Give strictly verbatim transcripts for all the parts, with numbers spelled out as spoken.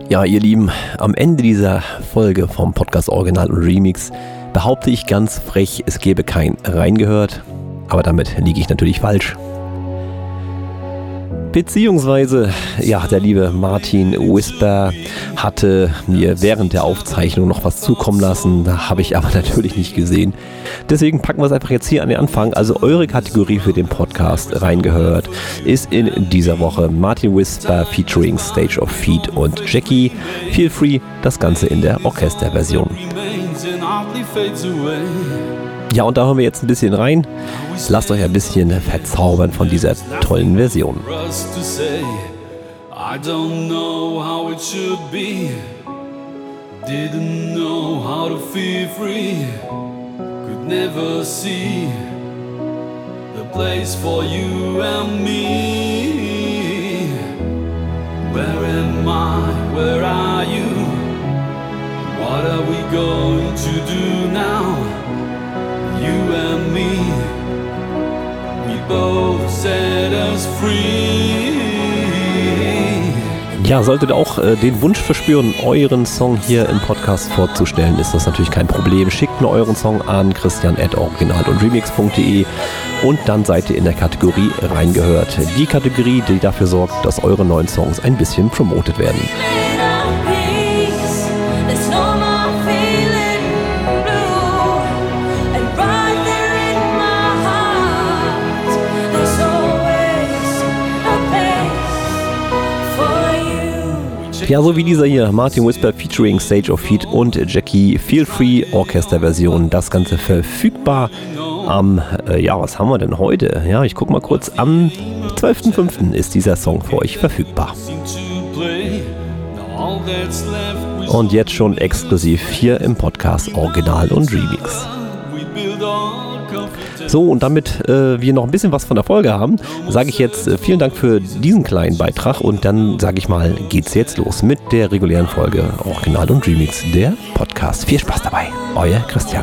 Ja, ihr Lieben, am Ende dieser Folge vom Podcast Original und Remix behaupte ich ganz frech, es gäbe kein Reingehört, aber damit liege ich natürlich falsch. Beziehungsweise, ja, der liebe Martin Whisper hatte mir während der Aufzeichnung noch was zukommen lassen, da habe ich aber natürlich nicht gesehen. Deswegen packen wir es einfach jetzt hier an den Anfang. Also eure Kategorie für den Podcast Reingehört ist in dieser Woche Martin Whisper featuring Stage of Feet und Jackie. Feel free, das Ganze in der Orchesterversion. Ja, und da hören wir jetzt ein bisschen rein. Lasst euch ein bisschen verzaubern von dieser tollen Version. I don't know how it should be. Didn't know how to feel free. Could never see the place for you and me. Where am I? Where are you? What are we going to do now? You and me, we both set us free. Ja, solltet ihr auch äh, den Wunsch verspüren, euren Song hier im Podcast vorzustellen, ist das natürlich kein Problem. Schickt mir euren Song an christian at original und remix punkt de und dann seid ihr in der Kategorie Reingehört. Die Kategorie, die dafür sorgt, dass eure neuen Songs ein bisschen promotet werden. Ja, so wie dieser hier, Martin Whisper featuring Stage of Feet und Jackie, Feel Free Orchesterversion. Das Ganze verfügbar am, äh, ja, was haben wir denn heute? Ja, ich guck mal kurz, am zwölften fünften ist dieser Song für euch verfügbar. Und jetzt schon exklusiv hier im Podcast Original und Remix. So, und damit äh, wir noch ein bisschen was von der Folge haben, sage ich jetzt äh, vielen Dank für diesen kleinen Beitrag und dann sage ich mal, geht's jetzt los mit der regulären Folge Original und Remix, der Podcast. Viel Spaß dabei, euer Christian.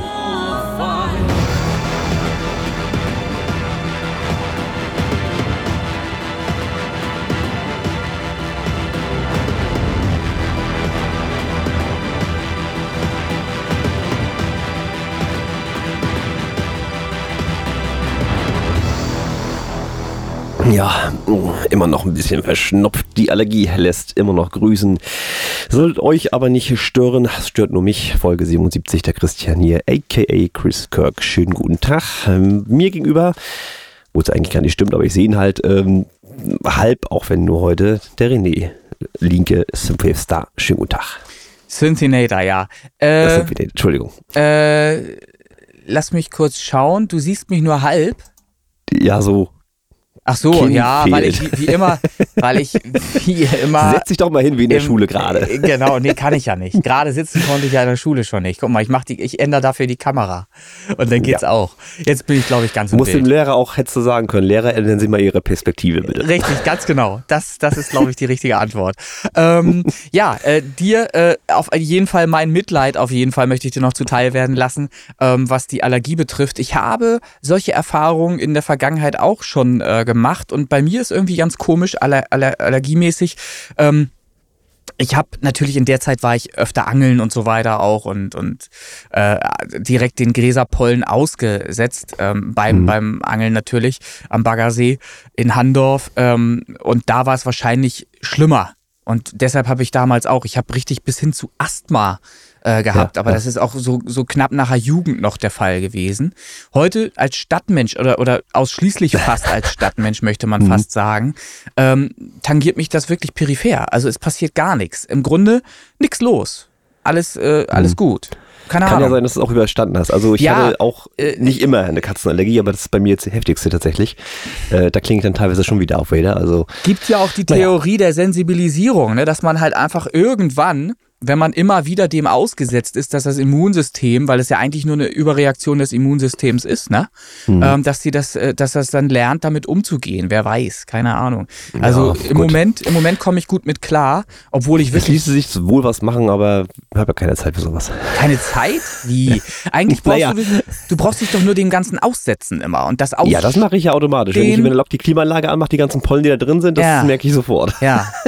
Ja, immer noch ein bisschen verschnupft. Die Allergie lässt immer noch grüßen. Sollte euch aber nicht stören. Das stört nur mich. Folge siebenundsiebzig, der Christian hier, aka Chris Kirk. Schönen guten Tag. Ähm, mir gegenüber, wo es eigentlich gar nicht stimmt, aber ich sehe ihn halt ähm, halb, auch wenn nur heute, der René. Linke Synthwave-Star. Schönen guten Tag. Synthinator, ja. Äh, Synthinator, Entschuldigung. Äh, lass mich kurz schauen. Du siehst mich nur halb. Ja, so. Ach so, Kind ja, fehlt. weil ich wie, wie immer, weil ich wie immer... Setz dich doch mal hin wie in der im, Schule gerade. Äh, genau, nee, kann ich ja nicht. Gerade sitzen konnte ich ja in der Schule schon nicht. Guck mal, ich mach die, ich ändere dafür die Kamera. Und dann geht's ja auch. Jetzt bin ich, glaube ich, ganz im Du musst Bild. dem Lehrer auch, hättest du sagen können, Lehrer, ändern Sie mal Ihre Perspektive, bitte. Richtig, ganz genau. Das, das ist, glaube ich, die richtige Antwort. Ähm, ja, äh, dir äh, auf jeden Fall mein Mitleid, auf jeden Fall möchte ich dir noch zuteil werden lassen, ähm, was die Allergie betrifft. Ich habe solche Erfahrungen in der Vergangenheit auch schon äh, gemacht und bei mir ist irgendwie ganz komisch, aller, aller, allergiemäßig. Ähm, ich habe natürlich in der Zeit war ich öfter angeln und so weiter auch und, und äh, direkt den Gräserpollen ausgesetzt, ähm, beim, mhm. beim Angeln natürlich am Baggersee in Handorf. Ähm, und da war es wahrscheinlich schlimmer. Und deshalb habe ich damals auch, ich habe richtig bis hin zu Asthma äh, gehabt, ja, aber ja. Das ist auch so, so knapp nach der Jugend noch der Fall gewesen. Heute als Stadtmensch oder, oder ausschließlich fast als Stadtmensch, möchte man mhm. fast sagen, ähm, tangiert mich das wirklich peripher. Also es passiert gar nichts. Im Grunde nichts los. Alles, äh, alles mhm. gut. Keine Kann Ahnung. ja sein, dass du es auch überstanden hast. Also ich ja, hatte auch äh, nicht immer eine Katzenallergie, aber das ist bei mir jetzt die heftigste tatsächlich. Äh, da klinge ich dann teilweise schon wieder auf wieder. Also, gibt ja auch die Theorie naja. der Sensibilisierung, ne, dass man halt einfach irgendwann, wenn man immer wieder dem ausgesetzt ist, dass das Immunsystem, weil es ja eigentlich nur eine Überreaktion des Immunsystems ist, ne, mhm. ähm, dass sie das, äh, dass das dann lernt, damit umzugehen. Wer weiß, keine Ahnung. Also ja, im Moment, im Moment komme ich gut mit klar, obwohl ich wirklich. Es ließe sich wohl was machen, aber ich habe ja keine Zeit für sowas. Keine Zeit? Wie? Eigentlich brauchst naja. du, du brauchst dich doch nur dem Ganzen aussetzen immer und das aus. Ja, das mache ich ja automatisch. Wenn ich, wenn der Lok die Klimaanlage anmacht, die ganzen Pollen, die da drin sind, das ja. merke ich sofort. Ja.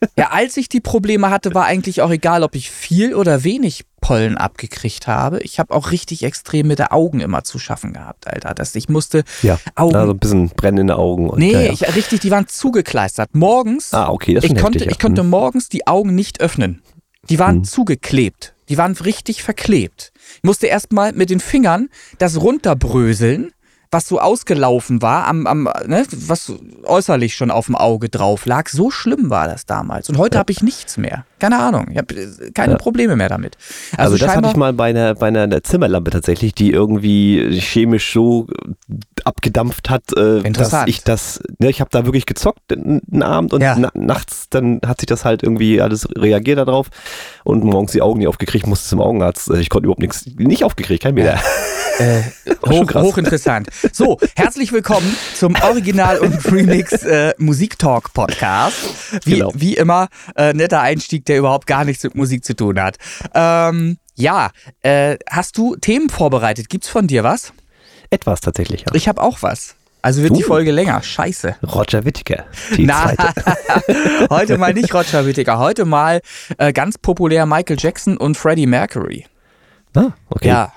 Ja, als ich die Probleme hatte, war eigentlich auch egal, ob ich viel oder wenig Pollen abgekriegt habe. Ich habe auch richtig extrem mit den Augen immer zu schaffen gehabt, Alter. Das, ich musste ja, Augen... also ein bisschen Brennen in den Augen. Und, nee, ja, ja. Ich, richtig, die waren zugekleistert. Morgens, ah, okay, das ist ich, schon konnte, heftig, ja. ich konnte Hm. morgens die Augen nicht öffnen. Die waren Hm. zugeklebt. Die waren richtig verklebt. Ich musste erstmal mit den Fingern das runterbröseln, was so ausgelaufen war, am, am, ne, was äußerlich schon auf dem Auge drauf lag. So schlimm war das damals. Und heute Ja. habe ich nichts mehr. Keine Ahnung. Ich habe keine Ja. Probleme mehr damit. Also, Also, das hatte scheinbar, ich mal bei einer, bei einer Zimmerlampe tatsächlich, die irgendwie chemisch so abgedampft hat, äh, dass Interessant. ich das, ne, ich habe da wirklich gezockt einen Abend und Ja. na, nachts dann hat sich das halt irgendwie alles reagiert darauf und morgens die Augen nicht aufgekriegt, musste zum Augenarzt. Ich konnte überhaupt nichts, nicht aufgekriegt, kein Meter. Äh, schon hoch, krass. hochinteressant. So, herzlich willkommen zum Original- und Remix äh, Musiktalk-Podcast. Wie, Genau. wie immer, äh, netter Einstieg, der überhaupt gar nichts mit Musik zu tun hat. Ähm, ja, äh, hast du Themen vorbereitet? Gibt's von dir was? Etwas tatsächlich, ja. Ich habe auch was. Also wird die Uh. Folge länger. Scheiße. Roger Whittaker, die Na, zweite. heute mal nicht Roger Whittaker. Heute mal äh, ganz populär Michael Jackson und Freddie Mercury. Ah, okay. Ja,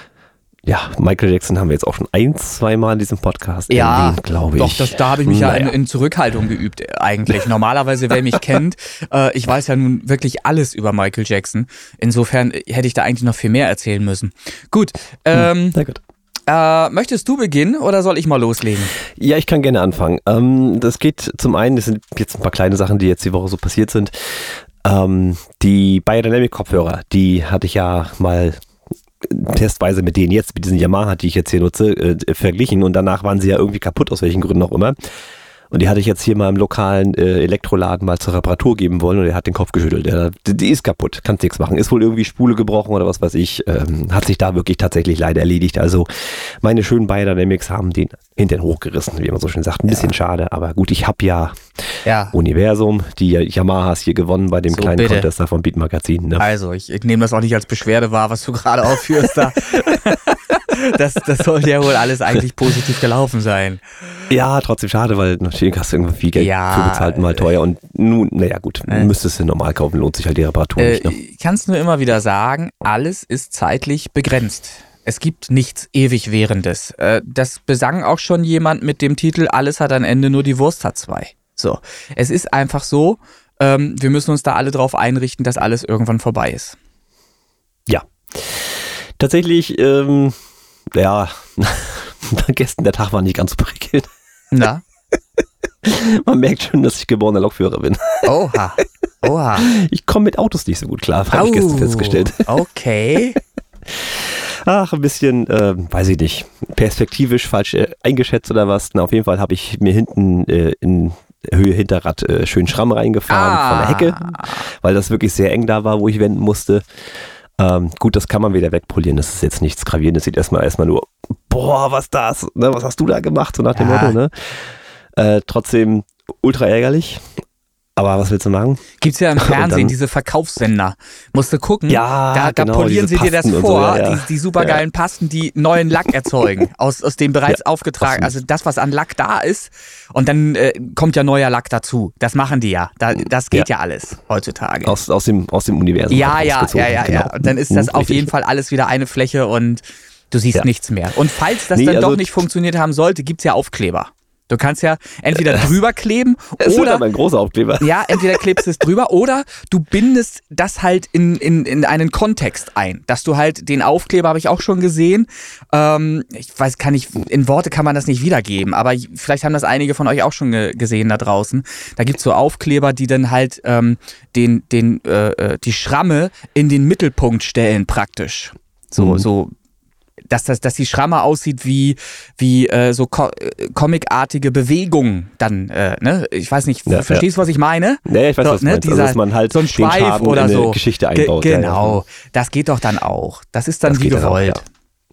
Ja, Michael Jackson haben wir jetzt auch schon ein, zwei Mal in diesem Podcast Ja, erwähnt, glaube ich. doch, das, da habe ich mich ja Naja. in, in Zurückhaltung geübt äh, eigentlich. Normalerweise, wer mich kennt, äh, ich weiß ja nun wirklich alles über Michael Jackson. Insofern äh, hätte ich da eigentlich noch viel mehr erzählen müssen. Gut, ähm, Sehr gut. äh, möchtest du beginnen oder soll ich mal loslegen? Ja, ich kann gerne anfangen. Ähm, das geht zum einen, das sind jetzt ein paar kleine Sachen, die jetzt die Woche so passiert sind. Ähm, die Beyerdynamic-Kopfhörer, die hatte ich ja mal testweise mit denen jetzt, mit diesen Yamaha, die ich jetzt hier nutze, äh, verglichen und danach waren sie ja irgendwie kaputt, aus welchen Gründen auch immer. Und die hatte ich jetzt hier mal im lokalen äh, Elektroladen mal zur Reparatur geben wollen und der hat den Kopf geschüttelt. Der, die, die ist kaputt, kannst nichts machen. Ist wohl irgendwie Spule gebrochen oder was weiß ich. Ähm, hat sich da wirklich tatsächlich leider erledigt. Also meine schönen Beyerdynamics haben den Hintern hochgerissen, wie man so schön sagt. Ein bisschen schade, aber gut, ich habe ja Ja, Universum, die Yamahas hier gewonnen bei dem So, kleinen bitte. Contest da vom Beat Magazin. Ne? also ich, ich nehme das auch nicht als Beschwerde wahr, was du gerade aufführst da. Das, das sollte ja wohl alles eigentlich positiv gelaufen sein. Ja, trotzdem schade, weil natürlich hast du irgendwie viel Geld Ja, für bezahlt, mal teuer. Und nun, naja gut, äh, müsstest du normal kaufen, lohnt sich halt die Reparatur Äh, nicht. Ne? ich kann es nur immer wieder sagen, alles ist zeitlich begrenzt. Es gibt nichts ewig Währendes. Äh, das besang auch schon jemand mit dem Titel Alles hat ein Ende, nur die Wurst hat zwei. So, es ist einfach so, ähm, wir müssen uns da alle drauf einrichten, dass alles irgendwann vorbei ist. Ja. Tatsächlich, ähm, ja, gestern der Tag war nicht ganz so prickelnd. Na? Man merkt schon, dass ich geborener Lokführer bin. Oha. Oha. Ich komme mit Autos nicht so gut klar, habe ich gestern Au. festgestellt. Okay. Ach, ein bisschen, äh, weiß ich nicht, perspektivisch falsch äh, eingeschätzt oder was. Na, auf jeden Fall habe ich mir hinten äh, in Höhe Hinterrad äh, schön Schramm reingefahren Ah. von der Hecke, weil das wirklich sehr eng da war, wo ich wenden musste. Ähm, gut, das kann man wieder wegpolieren, das ist jetzt nichts Gravierendes, sieht erstmal erstmal nur, boah, was das, ne, was hast du da gemacht, so nach dem Ja. Motto, ne? Äh, trotzdem ultra ärgerlich, aber was willst du machen? Gibt's ja im Und Fernsehen dann- diese Verkaufssender. Musst du gucken. Ja, da, da genau, polieren sie diese dir das Pasten und so, vor, ja, ja. Die, die supergeilen Pasten, die neuen Lack erzeugen, aus, aus dem bereits Ja, aufgetragen, absolut. also das, was an Lack da ist. Und dann äh, kommt ja neuer Lack dazu. Das machen die ja. Da, das geht ja, alles heutzutage. Aus, aus, dem, aus dem Universum. ja, ja, rausgezogen, ja, ja, genau. ja. Und dann ist das Mhm, auf richtig. jeden Fall alles wieder eine Fläche und du siehst Ja. nichts mehr. Und falls das Nee, dann also- doch nicht funktioniert haben sollte, gibt's ja Aufkleber. Du kannst ja entweder drüber kleben Es wird oder aber ein großer Aufkleber. ja, entweder klebst du es drüber oder du bindest das halt in, in, in einen Kontext ein. Dass du halt den Aufkleber, habe ich auch schon gesehen, ähm, ich weiß, kann ich, in Worte kann man das nicht wiedergeben, aber ich- vielleicht haben das einige von euch auch schon ge- gesehen da draußen. Da gibt's so Aufkleber, die dann halt ähm, den, den, äh, äh, die Schramme in den Mittelpunkt stellen praktisch. So, Mhm. so dass, das, dass die Schramme aussieht wie, wie äh, so co äh, comicartige Bewegungen dann, äh, ne? Ich weiß nicht, Ja, verstehst du, was ich meine? Ja, ich weiß, So, was du ne, meinst. Also, dieser- dass man halt so ein den Schweif Schaden oder in eine so. Geschichte Ge einbaut. Ja, genau, ja. das geht doch dann auch. Das ist dann Das wie geht dann auch, gewollt. ja.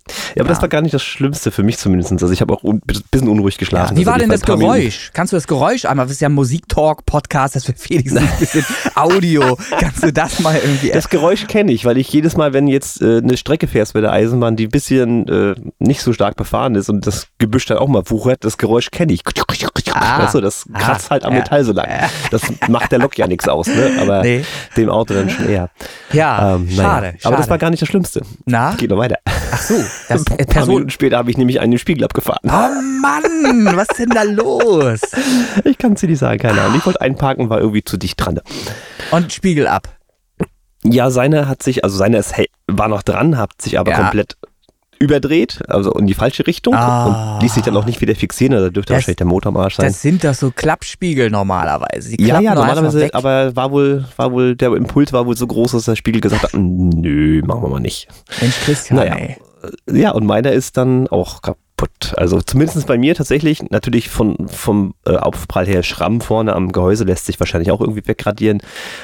Ja, aber ja. das war gar nicht das Schlimmste für mich zumindest. Also ich habe auch ein bisschen unruhig geschlafen. Ja, wie war also denn das Geräusch? Minuten. Kannst du das Geräusch einmal, das ist ja ein Musiktalk-Podcast, das wird wenigstens ein bisschen Audio. Kannst du das mal irgendwie... Das Geräusch kenne ich, weil ich jedes Mal, wenn jetzt äh, eine Strecke fährst bei der Eisenbahn, die ein bisschen äh, nicht so stark befahren ist und das Gebüsch dann auch mal wuchert, das Geräusch kenne ich. Ah, weißt du, das kratzt ah, halt am ja. Metall so lang. Das macht der Lok ja nichts aus, ne? Aber nee. dem Auto dann schon eher. Ja, ähm, schade, naja. Aber das war gar nicht das Schlimmste. Na? Geht noch weiter. Ach so. Das, ein paar Minuten später habe ich nämlich einen Spiegel abgefahren. Oh Mann, was ist denn da los? Ich kann es dir nicht sagen, keine Ahnung. Ich wollte einparken, war irgendwie zu dicht dran. Und Spiegel ab? Ja, seine hat sich, also seine ist, war noch dran, hat sich aber ja. komplett überdreht, also in die falsche Richtung ah. und ließ sich dann auch nicht wieder fixieren, also dürfte das, wahrscheinlich der Motor am Arsch sein. Das sind doch so Klappspiegel normalerweise. Die ja, ja, normalerweise, aber war wohl, war wohl, der Impuls war wohl so groß, dass der Spiegel gesagt hat, nö, machen wir mal nicht. Mensch, Christian, naja. ey. Ja, und meiner ist dann auch kaputt. Also zumindest bei mir tatsächlich, natürlich von, vom äh, Aufprall her Schramm vorne am Gehäuse lässt sich wahrscheinlich auch irgendwie wegradieren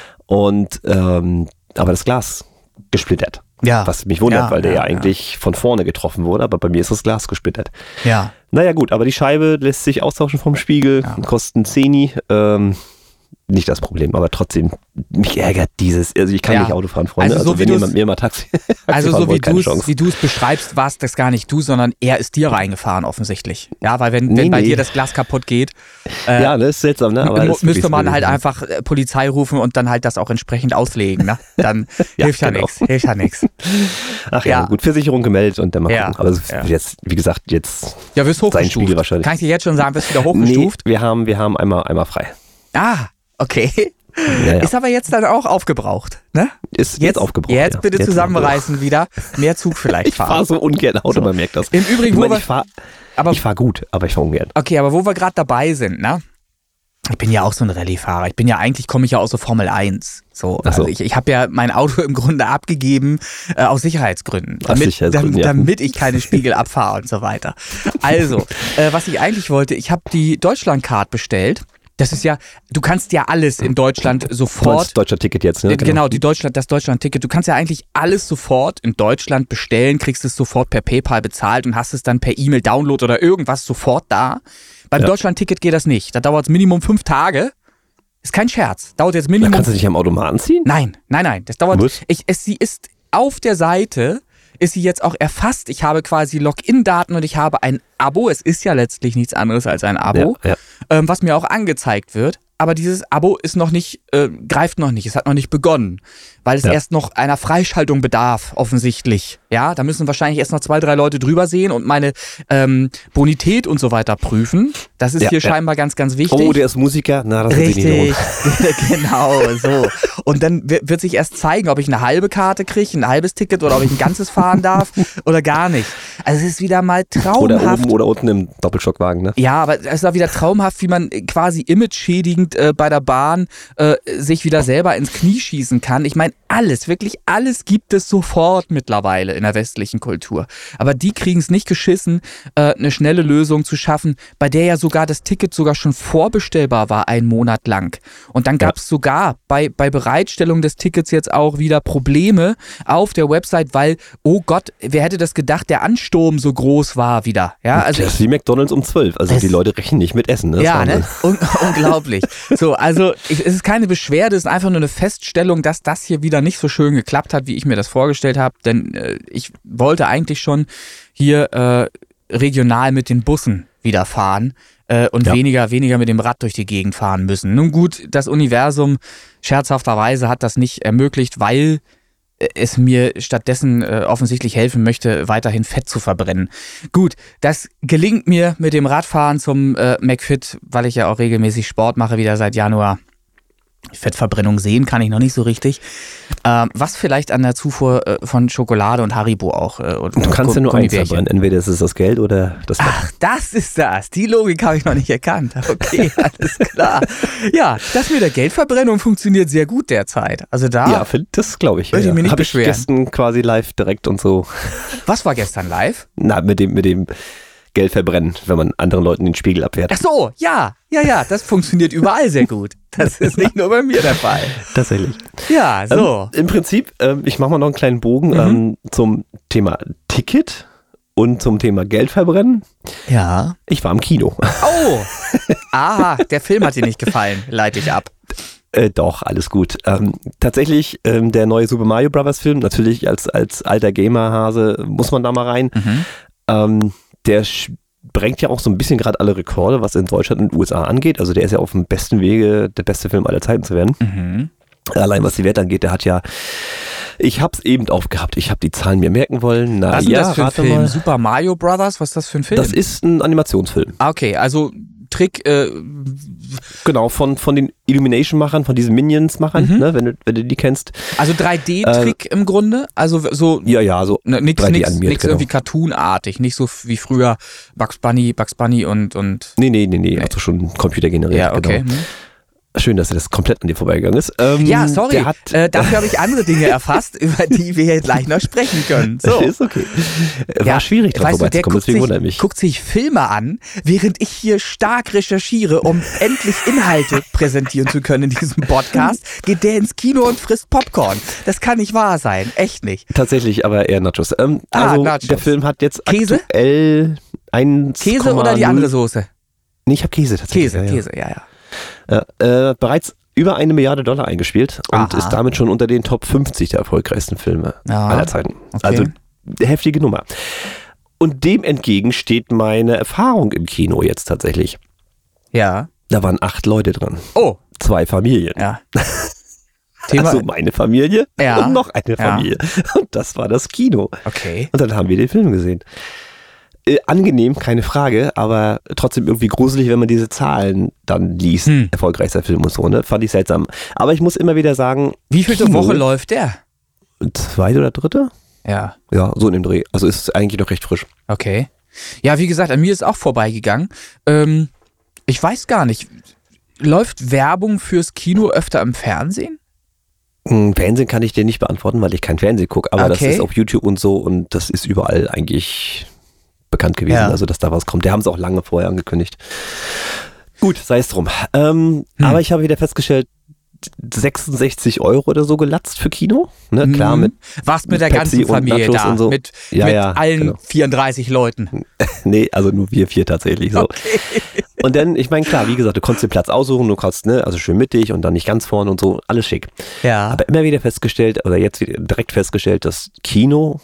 und ähm, aber das Glas gesplittert. Ja. Was mich wundert, ja, weil der ja, ja eigentlich ja. von vorne getroffen wurde, aber bei mir ist das Glas gesplittert. Ja. Naja gut, aber die Scheibe lässt sich austauschen vom Spiegel, ja. kostet einen Zehni, ähm, nicht das Problem, aber trotzdem, mich ärgert dieses, also ich kann ja. nicht Auto fahren, Freunde, also, so also wenn jemand mir mal Taxi Also so wie du es wie du es beschreibst, war es das gar nicht du, sondern er ist dir reingefahren offensichtlich. Ja, weil wenn, nee, wenn bei nee. dir das Glas kaputt geht, äh, ja, das ist seltsam, ne? Aber m- müsste man blöd, halt ne? einfach äh, Polizei rufen und dann halt das auch entsprechend auslegen, ne? Dann ja, hilft ja genau. nichts, hilft ja nichts. Ach ja, ja, gut, Versicherung gemeldet und dann mal ja. gucken. Aber ja. jetzt, wie gesagt, jetzt ja, wirst sein Spiegel wahrscheinlich. Kann ich dir jetzt schon sagen, wirst du wieder hochgestuft? Nee, wir haben, wir haben einmal, einmal frei. Ah, okay. Ja, ja. Ist aber jetzt dann auch aufgebraucht, ne? Ist jetzt, jetzt aufgebraucht. Jetzt ja. bitte jetzt zusammenreißen wieder, mehr Zug vielleicht ich fahren. Ich fahre so ungern Auto, so. Man merkt das. Im Übrigen, ich wo mein, wir, ich fahre aber, fahr gut, aber ich fahre ungern. Okay, aber wo wir gerade dabei sind, ne? Ich bin ja auch so ein Rallye-Fahrer. Ich bin ja eigentlich, komme ich ja aus so Formel eins. So, Ach so. Also ich, ich habe ja mein Auto im Grunde abgegeben äh, aus Sicherheitsgründen. Damit, aus Sicherheitsgründen damit, ja. damit ich keine Spiegel abfahre und so weiter. Also, äh, was ich eigentlich wollte, ich habe die Deutschlandcard bestellt. Das ist ja, du kannst ja alles in Deutschland sofort. Das deutscher Ticket jetzt, ne? Genau, genau die Deutschland, das Deutschland-Ticket. Du kannst ja eigentlich alles sofort in Deutschland bestellen, kriegst es sofort per PayPal bezahlt und hast es dann per E-Mail, Download oder irgendwas sofort da. Beim ja. Deutschland-Ticket geht das nicht. Da dauert es Minimum fünf Tage. Ist kein Scherz. Dauert jetzt Minimum. Da kannst du dich am Automaten ziehen? Nein, nein, nein. Das dauert. Was? Ich, es, sie ist auf der Seite. Ist sie jetzt auch erfasst. Ich habe quasi Login-Daten und ich habe ein Abo. Es ist ja letztlich nichts anderes als ein Abo, ja, ja. Ähm, was mir auch angezeigt wird. Aber dieses Abo ist noch nicht, äh, greift noch nicht, es hat noch nicht begonnen, weil es ja. erst noch einer Freischaltung bedarf, offensichtlich. Ja, da müssen wahrscheinlich erst noch zwei, drei Leute drüber sehen und meine ähm, Bonität und so weiter prüfen. Das ist ja, hier ja. scheinbar ganz, ganz wichtig. Oh, der ist Musiker? Na, das Richtig, wird nicht genau, so. Und dann wird, wird sich erst zeigen, ob ich eine halbe Karte kriege, ein halbes Ticket oder ob ich ein ganzes fahren darf oder gar nicht. Also es ist wieder mal traumhaft. Oder oben oder unten im Doppelstockwagen, ne? Ja, aber es ist auch wieder traumhaft, wie man quasi image-schädigend äh, bei der Bahn äh, sich wieder selber ins Knie schießen kann. Ich meine, alles, wirklich alles gibt es sofort mittlerweile in der westlichen Kultur. Aber die kriegen es nicht geschissen, äh, eine schnelle Lösung zu schaffen, bei der ja sogar das Ticket sogar schon vorbestellbar war, einen Monat lang. Und dann gab es ja. sogar bei, bei Bereitstellung des Tickets jetzt auch wieder Probleme auf der Website, weil, oh Gott, wer hätte das gedacht, der Ansturm so groß war wieder. Ja, also das ist wie McDonald's um zwölf. Also die Leute rechnen nicht mit Essen. Ne? Ja, ne? Un- unglaublich. So, also ich, es ist keine Beschwerde, es ist einfach nur eine Feststellung, dass das hier wieder nicht so schön geklappt hat, wie ich mir das vorgestellt habe. Denn äh, ich wollte eigentlich schon hier äh, regional mit den Bussen wieder fahren äh, und ja. weniger, weniger mit dem Rad durch die Gegend fahren müssen. Nun gut, das Universum scherzhafterweise hat das nicht ermöglicht, weil es mir stattdessen äh, offensichtlich helfen möchte, weiterhin Fett zu verbrennen. Gut, das gelingt mir mit dem Radfahren zum äh, McFit, weil ich ja auch regelmäßig Sport mache, wieder seit Januar. Fettverbrennung sehen kann ich noch nicht so richtig. Ähm, was vielleicht an der Zufuhr äh, von Schokolade und Haribo auch. Äh, und, du kannst und ja nur eins verbrennen. Entweder ist es das Geld oder das Fett. Ach, das ist das. Die Logik habe ich noch nicht erkannt. Okay, alles klar. Ja, das mit der Geldverbrennung funktioniert sehr gut derzeit. Also da. Ja, das glaube ich. Würde ja. ich mir nicht Hab beschweren. Ich gestern quasi live direkt und so. Was war gestern live? Na, mit dem, mit dem Geld verbrennen, wenn man anderen Leuten den Spiegel abwehrt. Ach so, ja, ja, ja, das funktioniert überall sehr gut. Das ist nicht nur bei mir der Fall. Tatsächlich. Ja, so. Ähm, Im Prinzip, ähm, ich mache mal noch einen kleinen Bogen mhm. ähm, zum Thema Ticket Und zum Thema Geld verbrennen, Ja. ich war im Kino. Oh! Aha, der Film hat dir nicht gefallen. Leite ich ab. Äh, doch, alles gut. Ähm, tatsächlich, ähm, der neue Super Mario Brothers Film, natürlich als, als alter Gamer-Hase muss man da mal rein. Mhm. Ähm, der sprengt ja auch so ein bisschen gerade alle Rekorde, was in Deutschland und den U S A angeht. Also der ist ja auf dem besten Wege, der beste Film aller Zeiten zu werden. Mhm. Allein was die Werte angeht, der hat ja, ich hab's eben aufgehabt, ich habe die Zahlen mir merken wollen. Na, Was ist denn ja, das für ein rate Film? mal. Super Mario Brothers? Was ist das für ein Film? Das ist ein Animationsfilm. Ah, okay, also Trick, äh, Genau, von, von den Illumination-Machern, von diesen Minions-Machern, Mhm. ne, wenn du, wenn du die kennst. also drei D-Trick im Grunde? Also so Ja, ja, so ne, nix, drei D nix, animiert, nix genau. irgendwie cartoonartig, nicht so wie früher Bugs Bunny, Bugs Bunny und, und Nee, nee, nee, nee, also schon computergeneriert. ja, okay. Genau. Hm. Schön, dass er das komplett an dir vorbeigegangen ist. Ähm, Ja, sorry, Der hat, äh, dafür habe ich andere Dinge erfasst, über die wir jetzt gleich noch sprechen können. So. Ist okay. War Ja, schwierig, dran weißt du, der vorbeizukommen, guckt deswegen sich, wundert mich. guckt sich Filme an, während ich hier stark recherchiere, um endlich Inhalte präsentieren zu können in diesem Podcast, geht der ins Kino und frisst Popcorn. Das kann nicht wahr sein, echt nicht. Tatsächlich, aber eher Nachos. Ähm, Ah, also, Nachos. der Film hat jetzt Käse? aktuell eins, Käse oder die andere Soße? Nee, ich habe Käse tatsächlich. Käse, ja, ja. Käse, ja, ja. Ja, äh, bereits über eine Milliarde Dollar eingespielt und Aha. ist damit schon unter den Top fünfzig der erfolgreichsten Filme Ja. aller Zeiten. Okay. Also heftige Nummer. Und dem entgegen steht meine Erfahrung im Kino jetzt tatsächlich. Ja. Da waren acht Leute dran. Oh, Zwei Familien. ja. Thema. Also meine Familie Ja. und noch eine Ja. Familie. Und das war das Kino. Okay. Und dann haben wir den Film gesehen. Äh, angenehm, keine Frage, aber trotzdem irgendwie gruselig, wenn man diese Zahlen dann liest. Hm. Erfolgreichster Film und so, ne? Fand ich seltsam. Aber ich muss immer wieder sagen, Wie vielte Kino, Woche läuft der? Zweite oder dritte? Ja. Ja, so in dem Dreh. Also ist eigentlich noch recht frisch. Okay. Ja, wie gesagt, an mir ist auch vorbeigegangen. Ähm, ich weiß gar nicht. Läuft Werbung fürs Kino öfter im Fernsehen? Hm, Fernsehen kann ich dir nicht beantworten, weil ich kein Fernsehen gucke, aber Okay. das ist auf YouTube und so und das ist überall eigentlich bekannt gewesen, Ja. also dass da was kommt. Der haben sie auch lange vorher angekündigt. Gut, sei es drum. Ähm, Hm. Aber ich habe wieder festgestellt, sechsundsechzig Euro oder so gelatzt für Kino. Ne, klar, Mhm. mit, Warst mit der Pepsi ganzen und Familie Nachos da, und so. mit, Ja, mit ja, allen genau. vierunddreißig Leuten. nee, also nur wir vier tatsächlich. So. Und dann, ich meine, klar, wie gesagt, du konntest den Platz aussuchen, du konntest, ne, also schön mittig und dann nicht ganz vorne und so, alles schick. Ja. Aber immer wieder festgestellt, oder jetzt wieder direkt festgestellt, dass Kino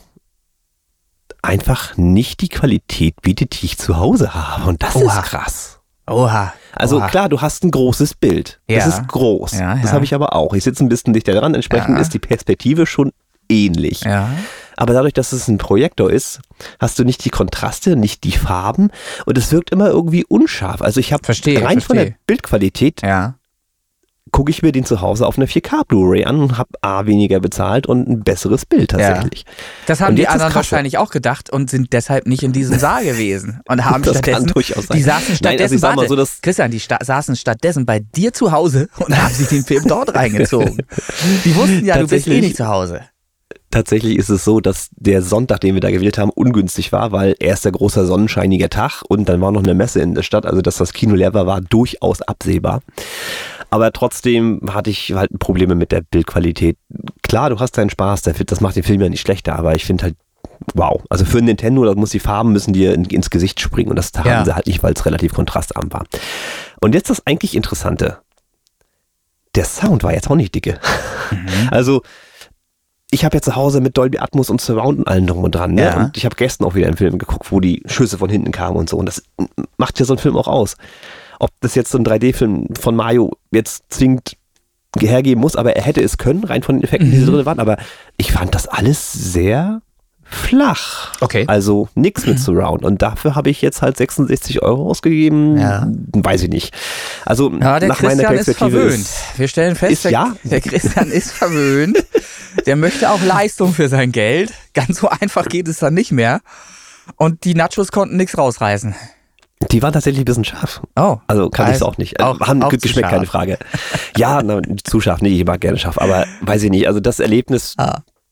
einfach nicht die Qualität bietet, die ich zu Hause habe. Und das Oha. ist krass. Oha. Also Oha. klar, du hast ein großes Bild. Das Ja. ist groß. Ja, Das ja. habe ich aber auch. Ich sitze ein bisschen dichter dran, entsprechend Ja. ist die Perspektive schon ähnlich. Ja. Aber dadurch, dass es ein Projektor ist, hast du nicht die Kontraste, nicht die Farben und es wirkt immer irgendwie unscharf. Also ich habe Verstehe, rein von der verstehe. Bildqualität Ja. gucke ich mir den zu Hause auf einer vier K Blu-ray an und habe A, weniger bezahlt und ein besseres Bild tatsächlich. Das haben Und die jetzt das anderen Krasse. wahrscheinlich auch gedacht und sind deshalb nicht in diesem Saal gewesen und haben Das kann stattdessen, durchaus sein. die saßen Nein, stattdessen, also ich sag mal warte, so, dass- Christian, die sta saßen stattdessen bei dir zu Hause und haben sich den Film dort reingezogen. Die wussten ja, du bist eh Tatsächlich. nicht zu Hause. Tatsächlich ist es so, dass der Sonntag, den wir da gewählt haben, ungünstig war, weil erst der große sonnenscheiniger Tag und dann war noch eine Messe in der Stadt, also dass das Kino leer war, war durchaus absehbar. Aber trotzdem hatte ich halt Probleme mit der Bildqualität. Klar, du hast deinen Spaß, der, das macht den Film ja nicht schlechter, aber ich finde halt, wow. Also für ein Nintendo, da muss die Farben müssen dir in, ins Gesicht springen und das haben Ja. sie halt nicht, weil es relativ kontrastarm war. Und jetzt das eigentlich Interessante. Der Sound war jetzt auch nicht dicke. Mhm. Also ich habe ja zu Hause mit Dolby Atmos und Surround und allem drum und dran. Ne? Ja. Und ich habe gestern auch wieder einen Film geguckt, wo die Schüsse von hinten kamen und so. Und das macht ja so einen Film auch aus. Ob das jetzt so ein drei D-Film von Mario jetzt zwingend hergeben muss, aber er hätte es können, rein von den Effekten, die Mhm. drin waren. Aber ich fand das alles sehr flach. Okay. Also nichts mit Surround. Und dafür habe ich jetzt halt sechsundsechzig Euro ausgegeben. Ja. Weiß ich nicht. Also Ja, der nach meiner Christian ist Perspektive verwöhnt. ist, Wir stellen fest, ist- der, ja. der Christian ist verwöhnt. Der möchte auch Leistung für sein Geld. Ganz so einfach geht es dann nicht mehr. Und die Nachos konnten nichts rausreißen. die waren tatsächlich ein bisschen scharf. Oh. Also kann ich es Also auch nicht. auch- Haben auch gut zu geschmeckt, keine scharf. Frage. Ja, na, zu scharf, nee, ich mag gerne scharf, aber weiß ich nicht. Also das Erlebnis, Ah.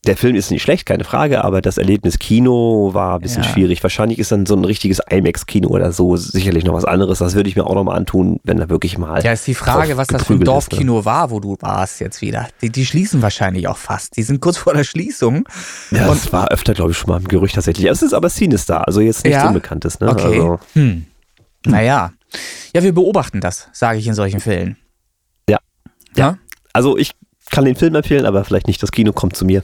der Film ist nicht schlecht, keine Frage, aber das Erlebnis Kino war ein bisschen Ja. schwierig. Wahrscheinlich ist dann so ein richtiges IMAX-Kino oder so sicherlich noch was anderes. Das würde ich mir auch nochmal antun, wenn da wirklich mal. Ja, ist die Frage, drauf was das für ein geprügelt ist, ne? Dorfkino war, wo du warst jetzt wieder. Die, die schließen wahrscheinlich auch fast. Die sind kurz vor der Schließung. Ja, Und- das war öfter, glaube ich, schon mal ein Gerücht tatsächlich. Es ist aber Cinestar, also jetzt nichts Ja? Unbekanntes. Ne? Okay. Also, Hm. Naja. Ja, wir beobachten das, sage ich in solchen Fällen. Ja. Ja? also ich kann den Film empfehlen, aber vielleicht nicht das Kino, kommt zu mir.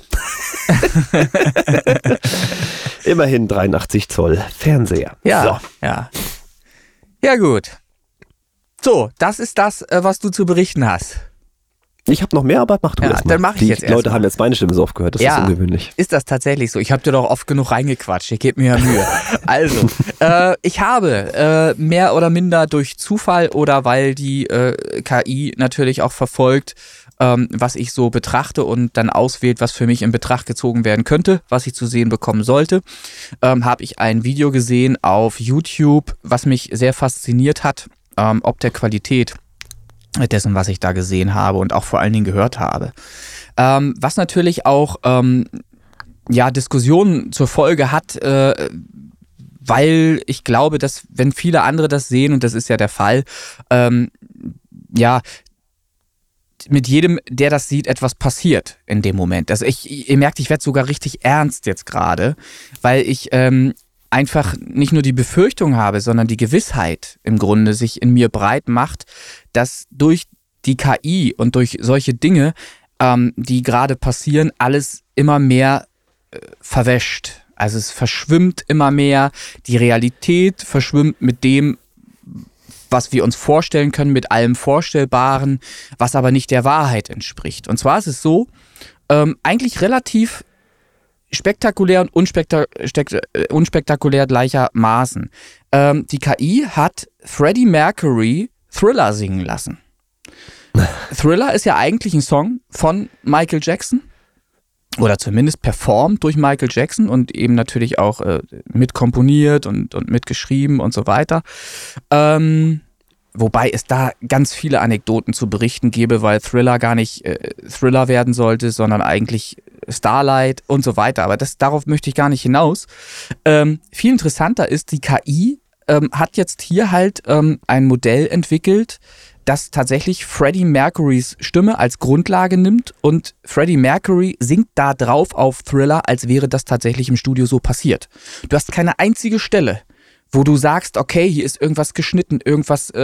Immerhin dreiundachtzig Zoll Fernseher. Ja. So. Ja. Ja, gut. So, das ist das, äh, was du zu berichten hast. Ich habe noch mehr, aber mach du Ja, das mal. dann mach ich Die jetzt Leute erst mal. haben jetzt meine Stimme so oft gehört, das Ja. ist ungewöhnlich. Ist das tatsächlich so? Ich habe dir doch oft genug reingequatscht. Ich gebe mir ja Mühe. Also, äh, ich habe äh, mehr oder minder durch Zufall oder weil die äh, K I natürlich auch verfolgt, ähm, was ich so betrachte und dann auswählt, was für mich in Betracht gezogen werden könnte, was ich zu sehen bekommen sollte, ähm, habe ich ein Video gesehen auf YouTube, was mich sehr fasziniert hat, ähm, ob der Qualität dessen, was ich da gesehen habe und auch vor allen Dingen gehört habe. Ähm, was natürlich auch ähm, ja, Diskussionen zur Folge hat, äh, weil ich glaube, dass wenn viele andere das sehen, und das ist ja der Fall, ähm, ja, mit jedem, der das sieht, etwas passiert in dem Moment. Also ich, ihr merkt, ich werde sogar richtig ernst jetzt gerade, weil ich ähm, einfach nicht nur die Befürchtung habe, sondern die Gewissheit im Grunde sich in mir breit macht, dass durch die K I und durch solche Dinge, ähm, die gerade passieren, alles immer mehr äh, verwäscht. Also es verschwimmt immer mehr, die Realität verschwimmt mit dem, was wir uns vorstellen können, mit allem Vorstellbaren, was aber nicht der Wahrheit entspricht. Und zwar ist es so, ähm, eigentlich relativ spektakulär und unspekta- stek- äh, unspektakulär gleichermaßen. Ähm, die K I hat Freddie Mercury Thriller singen lassen. Thriller ist ja eigentlich ein Song von Michael Jackson oder zumindest performt durch Michael Jackson und eben natürlich auch äh, mitkomponiert und, und mitgeschrieben und so weiter. Ähm, wobei es da ganz viele Anekdoten zu berichten gäbe, weil Thriller gar nicht äh, Thriller werden sollte, sondern eigentlich Starlight und so weiter. Aber das, darauf möchte ich gar nicht hinaus. Ähm, viel interessanter ist, die K I ähm, hat jetzt hier halt ähm, ein Modell entwickelt, das tatsächlich Freddie Mercurys Stimme als Grundlage nimmt und Freddie Mercury singt da drauf auf Thriller, als wäre das tatsächlich im Studio so passiert. Du hast keine einzige Stelle, wo du sagst, okay, hier ist irgendwas geschnitten, irgendwas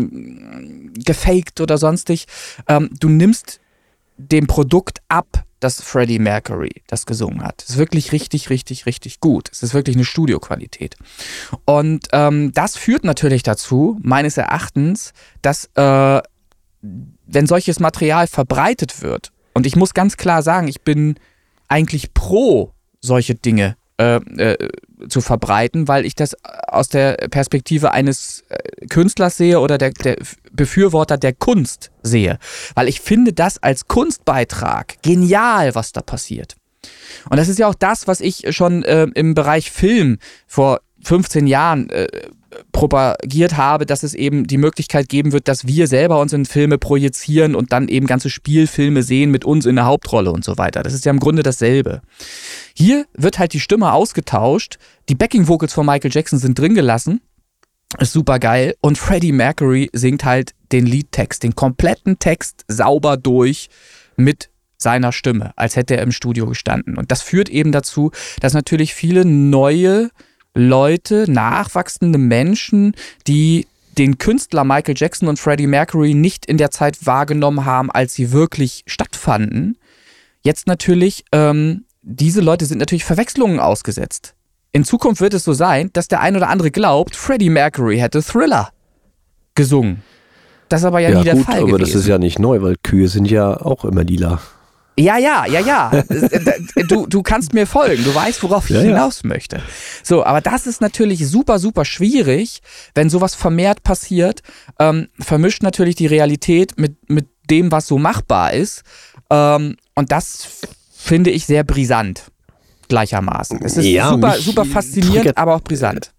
ähm, gefaked oder sonstig. Ähm, du nimmst dem Produkt ab, das Freddie Mercury das gesungen hat. Es ist wirklich richtig, richtig, richtig gut. Es ist wirklich eine Studioqualität. Und ähm, das führt natürlich dazu, meines Erachtens, dass äh, wenn solches Material verbreitet wird, und ich muss ganz klar sagen, ich bin eigentlich pro solche Dinge äh, äh, zu verbreiten, weil ich das aus der Perspektive eines äh, Künstlers sehe oder der, der Befürworter der Kunst sehe. Weil ich finde das als Kunstbeitrag genial, was da passiert. Und das ist ja auch das, was ich schon äh, im Bereich Film vor fünfzehn Jahren äh, propagiert habe, dass es eben die Möglichkeit geben wird, dass wir selber uns in Filme projizieren und dann eben ganze Spielfilme sehen mit uns in der Hauptrolle und so weiter. Das ist ja im Grunde dasselbe. Hier wird halt die Stimme ausgetauscht, die Backing-Vocals von Michael Jackson sind drin gelassen, ist super geil, und Freddie Mercury singt halt den Liedtext, den kompletten Text sauber durch mit seiner Stimme, als hätte er im Studio gestanden. Und das führt eben dazu, dass natürlich viele neue Leute, nachwachsende Menschen, die den Künstler Michael Jackson und Freddie Mercury nicht in der Zeit wahrgenommen haben, als sie wirklich stattfanden, jetzt natürlich, ähm, diese Leute sind natürlich Verwechslungen ausgesetzt. In Zukunft wird es so sein, dass der ein oder andere glaubt, Freddie Mercury hätte Thriller gesungen. Das ist aber ja, Ja nie der gut, Fall aber gewesen. das ist ja nicht neu, weil Kühe sind ja auch immer lila. Ja, ja, ja, ja. Du, du kannst mir folgen. Du weißt, worauf ich Ja, ja. hinaus möchte. So, aber das ist natürlich super, super schwierig, wenn sowas vermehrt passiert. Ähm, vermischt natürlich die Realität mit, mit dem, was so machbar ist. Ähm, und das finde ich sehr brisant. Gleichermaßen. Es ist Ja, super, mich super faszinierend, triggert- aber auch brisant.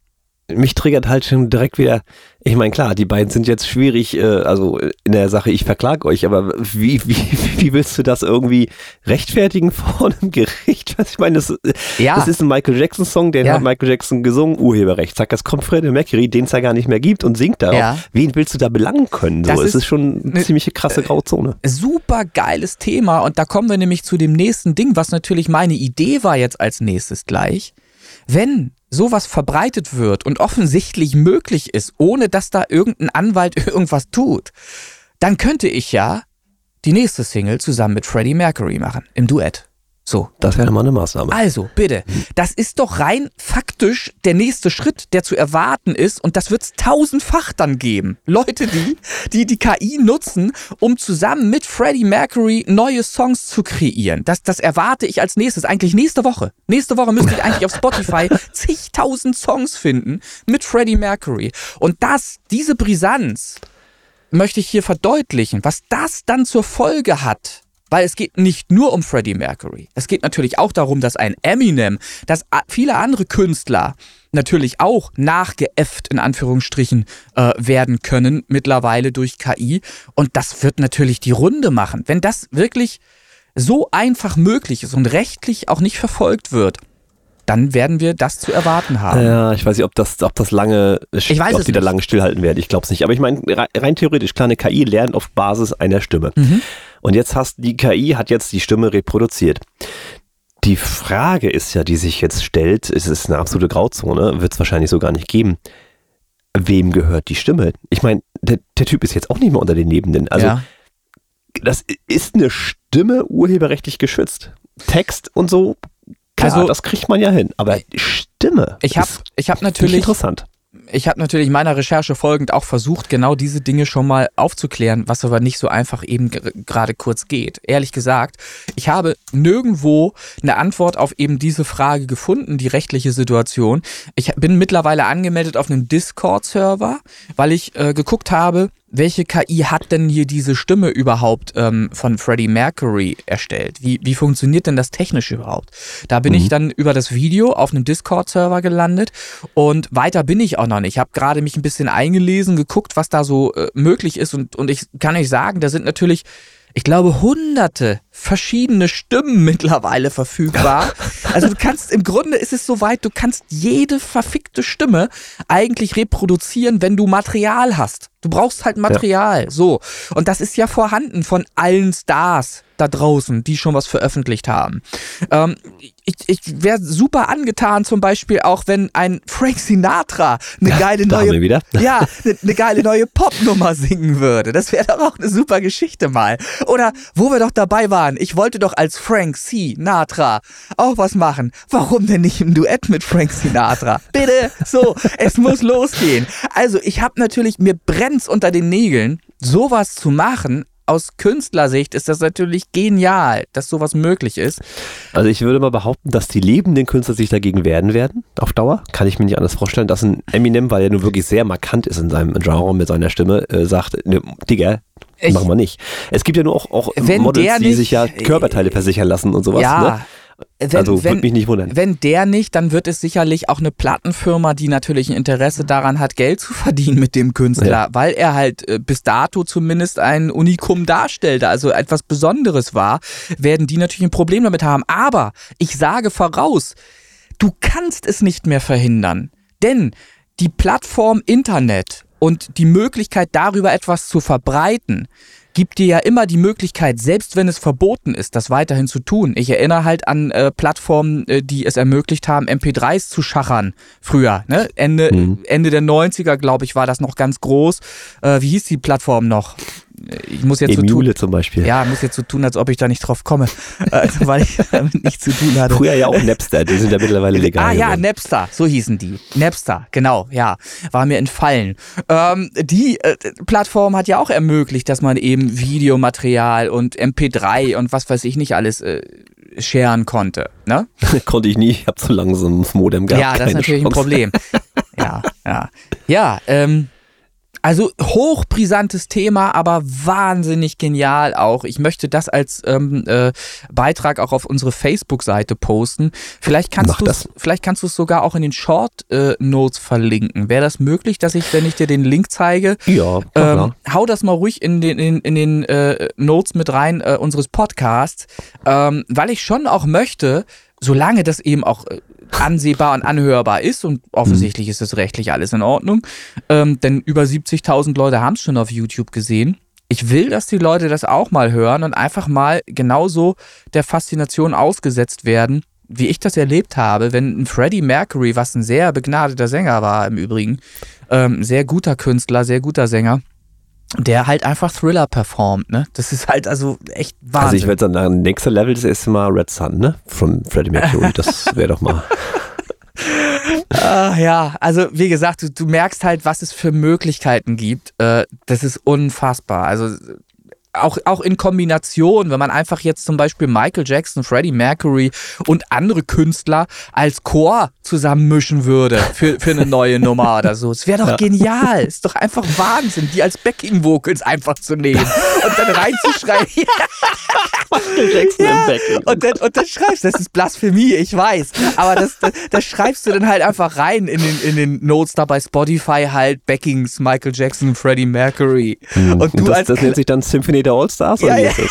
mich triggert halt schon direkt wieder, ich meine, klar, die beiden sind jetzt schwierig, äh, also in der Sache, ich verklag euch, aber wie, wie, wie willst du das irgendwie rechtfertigen vor einem Gericht? Was ich meine, das, Ja. das ist ein Michael Jackson-Song, den Ja. hat Michael Jackson gesungen, Urheberrecht. Zack, es kommt Freddie Mercury, den es ja gar nicht mehr gibt und singt darauf. Ja. Wen willst du da belangen können? So, Das es ist ist schon eine ne- ziemliche krasse Grauzone. Super geiles Thema und da kommen wir nämlich zu dem nächsten Ding, was natürlich meine Idee war jetzt als nächstes gleich. Wenn sowas verbreitet wird und offensichtlich möglich ist, ohne dass da irgendein Anwalt irgendwas tut, dann könnte ich ja die nächste Single zusammen mit Freddie Mercury machen, im Duett. So. Das wäre mal eine Maßnahme. Also, bitte, das ist doch rein faktisch der nächste Schritt, der zu erwarten ist und das wird es tausendfach dann geben. Leute, die, die die K I nutzen, um zusammen mit Freddie Mercury neue Songs zu kreieren. Das, das erwarte ich als nächstes, eigentlich nächste Woche. Nächste Woche müsste ich eigentlich auf Spotify zigtausend Songs finden mit Freddie Mercury. Und das, diese Brisanz möchte ich hier verdeutlichen, was das dann zur Folge hat. Weil es geht nicht nur um Freddie Mercury. Es geht natürlich auch darum, dass ein Eminem, dass viele andere Künstler natürlich auch nachgeäfft in Anführungsstrichen äh, werden können, mittlerweile durch K I. Und das wird natürlich die Runde machen. Wenn das wirklich so einfach möglich ist und rechtlich auch nicht verfolgt wird, dann werden wir das zu erwarten haben. Ja, ich weiß nicht, ob das, ob das lange, Ich weiß ob es die da nicht. lange stillhalten werden. Ich glaube es nicht. Aber ich meine, rein theoretisch, klar, eine K I lernt auf Basis einer Stimme. Mhm. Und jetzt hast die K I hat jetzt die Stimme reproduziert. Die Frage ist ja, die sich jetzt stellt, es ist eine absolute Grauzone, wird es wahrscheinlich so gar nicht geben. Wem gehört die Stimme? Ich meine, der, der Typ ist jetzt auch nicht mehr unter den Lebenden. Also ja. das ist eine Stimme urheberrechtlich geschützt. Text und so, klar, Also- das kriegt man ja hin. Aber die Stimme Ich habe ist ich hab nicht natürlich... interessant. Ich habe natürlich meiner Recherche folgend auch versucht, genau diese Dinge schon mal aufzuklären, was aber nicht so einfach eben g- gerade kurz geht. Ehrlich gesagt, ich habe nirgendwo eine Antwort auf eben diese Frage gefunden, die rechtliche Situation. Ich bin mittlerweile angemeldet auf einem Discord-Server, weil ich äh, geguckt habe, welche K I hat denn hier diese Stimme überhaupt ähm, von Freddie Mercury erstellt? Wie, wie funktioniert denn das technisch überhaupt? Da bin Mhm. ich dann über das Video auf einem Discord-Server gelandet und weiter bin ich auch noch nicht. Ich habe gerade mich ein bisschen eingelesen, geguckt, was da so äh, möglich ist und, und ich kann euch sagen, da sind natürlich, ich glaube, hunderte verschiedene Stimmen mittlerweile verfügbar. Also du kannst, im Grunde ist es soweit, du kannst jede verfickte Stimme eigentlich reproduzieren, wenn du Material hast. Du brauchst halt Material, so. Und das ist ja vorhanden von allen Stars da draußen, die schon was veröffentlicht haben. Ähm, ich ich wäre super angetan, zum Beispiel auch, wenn ein Frank Sinatra eine geile Da haben neue wir wieder. ja, eine ne geile neue Popnummer singen würde. Das wäre doch auch eine super Geschichte mal. Oder wo wir doch dabei waren, ich wollte doch als Frank Sinatra auch was machen. Warum denn nicht im Duett mit Frank Sinatra? Bitte, so, es muss losgehen. Also ich habe natürlich, mir brennt's unter den Nägeln, sowas zu machen. Aus Künstlersicht ist das natürlich genial, dass sowas möglich ist. Also ich würde mal behaupten, dass die lebenden Künstler sich dagegen wehren werden, auf Dauer. Kann ich mir nicht anders vorstellen, dass ein Eminem, weil er nun wirklich sehr markant ist in seinem Genre mit seiner Stimme, äh, sagt, ne, Digga, Ich- machen wir nicht. Es gibt ja nur auch, auch Wenn Models, der die nicht- sich ja Körperteile versichern lassen und sowas. Ja, Ne? wenn, Also wenn, würde mich nicht wundern. Wenn der nicht, dann wird es sicherlich auch eine Plattenfirma, die natürlich ein Interesse daran hat, Geld zu verdienen mit dem Künstler, Ja. weil er halt äh, bis dato zumindest ein Unikum darstellte, also etwas Besonderes war, werden die natürlich ein Problem damit haben. Aber ich sage voraus, du kannst es nicht mehr verhindern, denn die Plattform Internet und die Möglichkeit, darüber etwas zu verbreiten, gibt dir ja immer die Möglichkeit, selbst wenn es verboten ist, das weiterhin zu tun. Ich erinnere halt an äh, Plattformen, äh, die es ermöglicht haben, M P dreis zu schachern früher. Ne? Ende, Mhm. Ende der neunziger, glaube ich, war das noch ganz groß. Äh, wie hieß die Plattform noch? Ich muss jetzt so Emule tun. zum Beispiel. Ja, muss jetzt so tun, als ob ich da nicht drauf komme, äh, weil ich damit nichts zu tun hatte. Früher ja auch Napster, die sind ja mittlerweile legal. Ah ja, geworden. Napster, so hießen die. Napster, genau, ja, war mir entfallen. Ähm, die äh, Plattform hat ja auch ermöglicht, dass man eben Videomaterial und M P drei und was weiß ich nicht alles äh, scheren konnte. Ne? Konnte ich nie, ich habe zu langsam das Modem gehabt. Ja, das ist keine natürlich Chance. ein Problem. Ja, ja. Ja, ähm, Also hochbrisantes Thema, aber wahnsinnig genial auch. Ich möchte das als ähm, äh, Beitrag auch auf unsere Facebook-Seite posten. Vielleicht kannst du es vielleicht kannst du es sogar auch in den Short äh, Notes verlinken. Wäre das möglich, dass ich, wenn ich dir den Link zeige, ja, ähm, hau das mal ruhig in den, in, in den äh, Notes mit rein äh, unseres Podcasts, ähm, weil ich schon auch möchte, solange das eben auch äh, ansehbar und anhörbar ist und offensichtlich ist das rechtlich alles in Ordnung, ähm, denn über siebzigtausend Leute haben es schon auf YouTube gesehen. Ich will, dass die Leute das auch mal hören und einfach mal genauso der Faszination ausgesetzt werden, wie ich das erlebt habe, wenn ein Freddie Mercury, was ein sehr begnadeter Sänger war im Übrigen, ähm, sehr guter Künstler, sehr guter Sänger, der halt einfach Thriller performt, ne? Das ist halt also echt Wahnsinn. Also ich würde sagen, nächster Level ist erstmal Red Sun, ne? Von Freddie Mercury, das wäre doch mal... Uh, ja, also wie gesagt, du, du merkst halt, was es für Möglichkeiten gibt. Uh, das ist unfassbar. Also auch, auch in Kombination, wenn man einfach jetzt zum Beispiel Michael Jackson, Freddie Mercury und andere Künstler als Chor zusammenmischen würde für, für eine neue Nummer oder so. Es wäre doch ja. genial. Ist doch einfach Wahnsinn, die als Backing-Vocals einfach zu nehmen und dann reinzuschreiben. Michael Jackson ja. im Backing. Und dann, und dann schreibst du, das ist Blasphemie, ich weiß, aber das, das, das schreibst du dann halt einfach rein in den, in den Notes da bei Spotify halt Backings, Michael Jackson, Freddie Mercury. Mhm. Und du das, als das nennt sich dann Symphony der All-Stars? Ja, oder ja. ist das?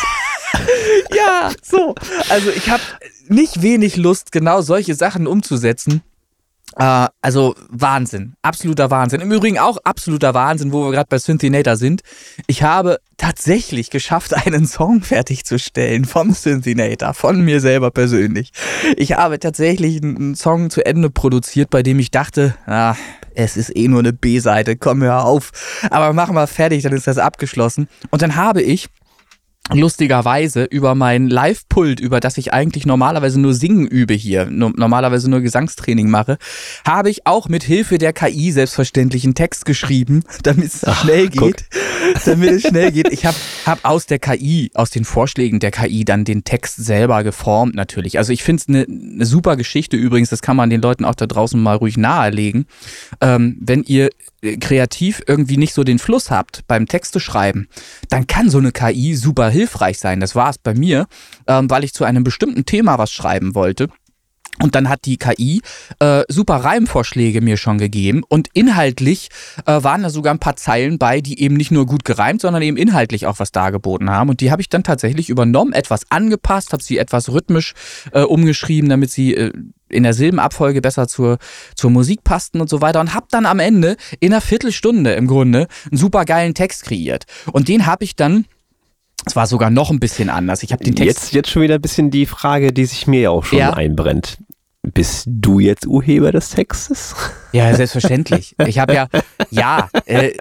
Ja, so. Also ich habe nicht wenig Lust, genau solche Sachen umzusetzen. Äh, also Wahnsinn, absoluter Wahnsinn. Im Übrigen auch absoluter Wahnsinn, wo wir gerade bei Synthinator sind. Ich habe tatsächlich geschafft, einen Song fertigzustellen vom Synthinator, von mir selber persönlich. Ich habe tatsächlich einen Song zu Ende produziert, bei dem ich dachte, ah, es ist eh nur eine B-Seite, komm, hör auf. Aber mach mal fertig, dann ist das abgeschlossen. Und dann habe ich lustigerweise über mein Live-Pult, über das ich eigentlich normalerweise nur Singen übe hier, no- normalerweise nur Gesangstraining mache, habe ich auch mit Hilfe der K I selbstverständlich einen Text geschrieben, damit es Ach, schnell guck. geht. Damit es schnell geht. Ich habe hab aus der K I, aus den Vorschlägen der K I dann den Text selber geformt natürlich. Also ich finde es eine ne super Geschichte übrigens, das kann man den Leuten auch da draußen mal ruhig nahelegen. Ähm, wenn ihr kreativ irgendwie nicht so den Fluss habt beim Texte schreiben, dann kann so eine K I super hilfreich sein. Das war es bei mir, ähm, weil ich zu einem bestimmten Thema was schreiben wollte. Und dann hat die K I äh, super Reimvorschläge mir schon gegeben und inhaltlich äh, waren da sogar ein paar Zeilen bei, die eben nicht nur gut gereimt, sondern eben inhaltlich auch was dargeboten haben. Und die habe ich dann tatsächlich übernommen, etwas angepasst, habe sie etwas rhythmisch äh, umgeschrieben, damit sie äh, in der Silbenabfolge besser zur, zur Musik passten und so weiter. Und habe dann am Ende in einer Viertelstunde im Grunde einen super geilen Text kreiert. Und den habe ich dann... Es war sogar noch ein bisschen anders. Ich habe den Text. Jetzt, jetzt schon wieder ein bisschen die Frage, die sich mir auch schon Ja. einbrennt. Bist du jetzt Urheber des Textes? Ja, selbstverständlich. Ich habe ja, ja, äh,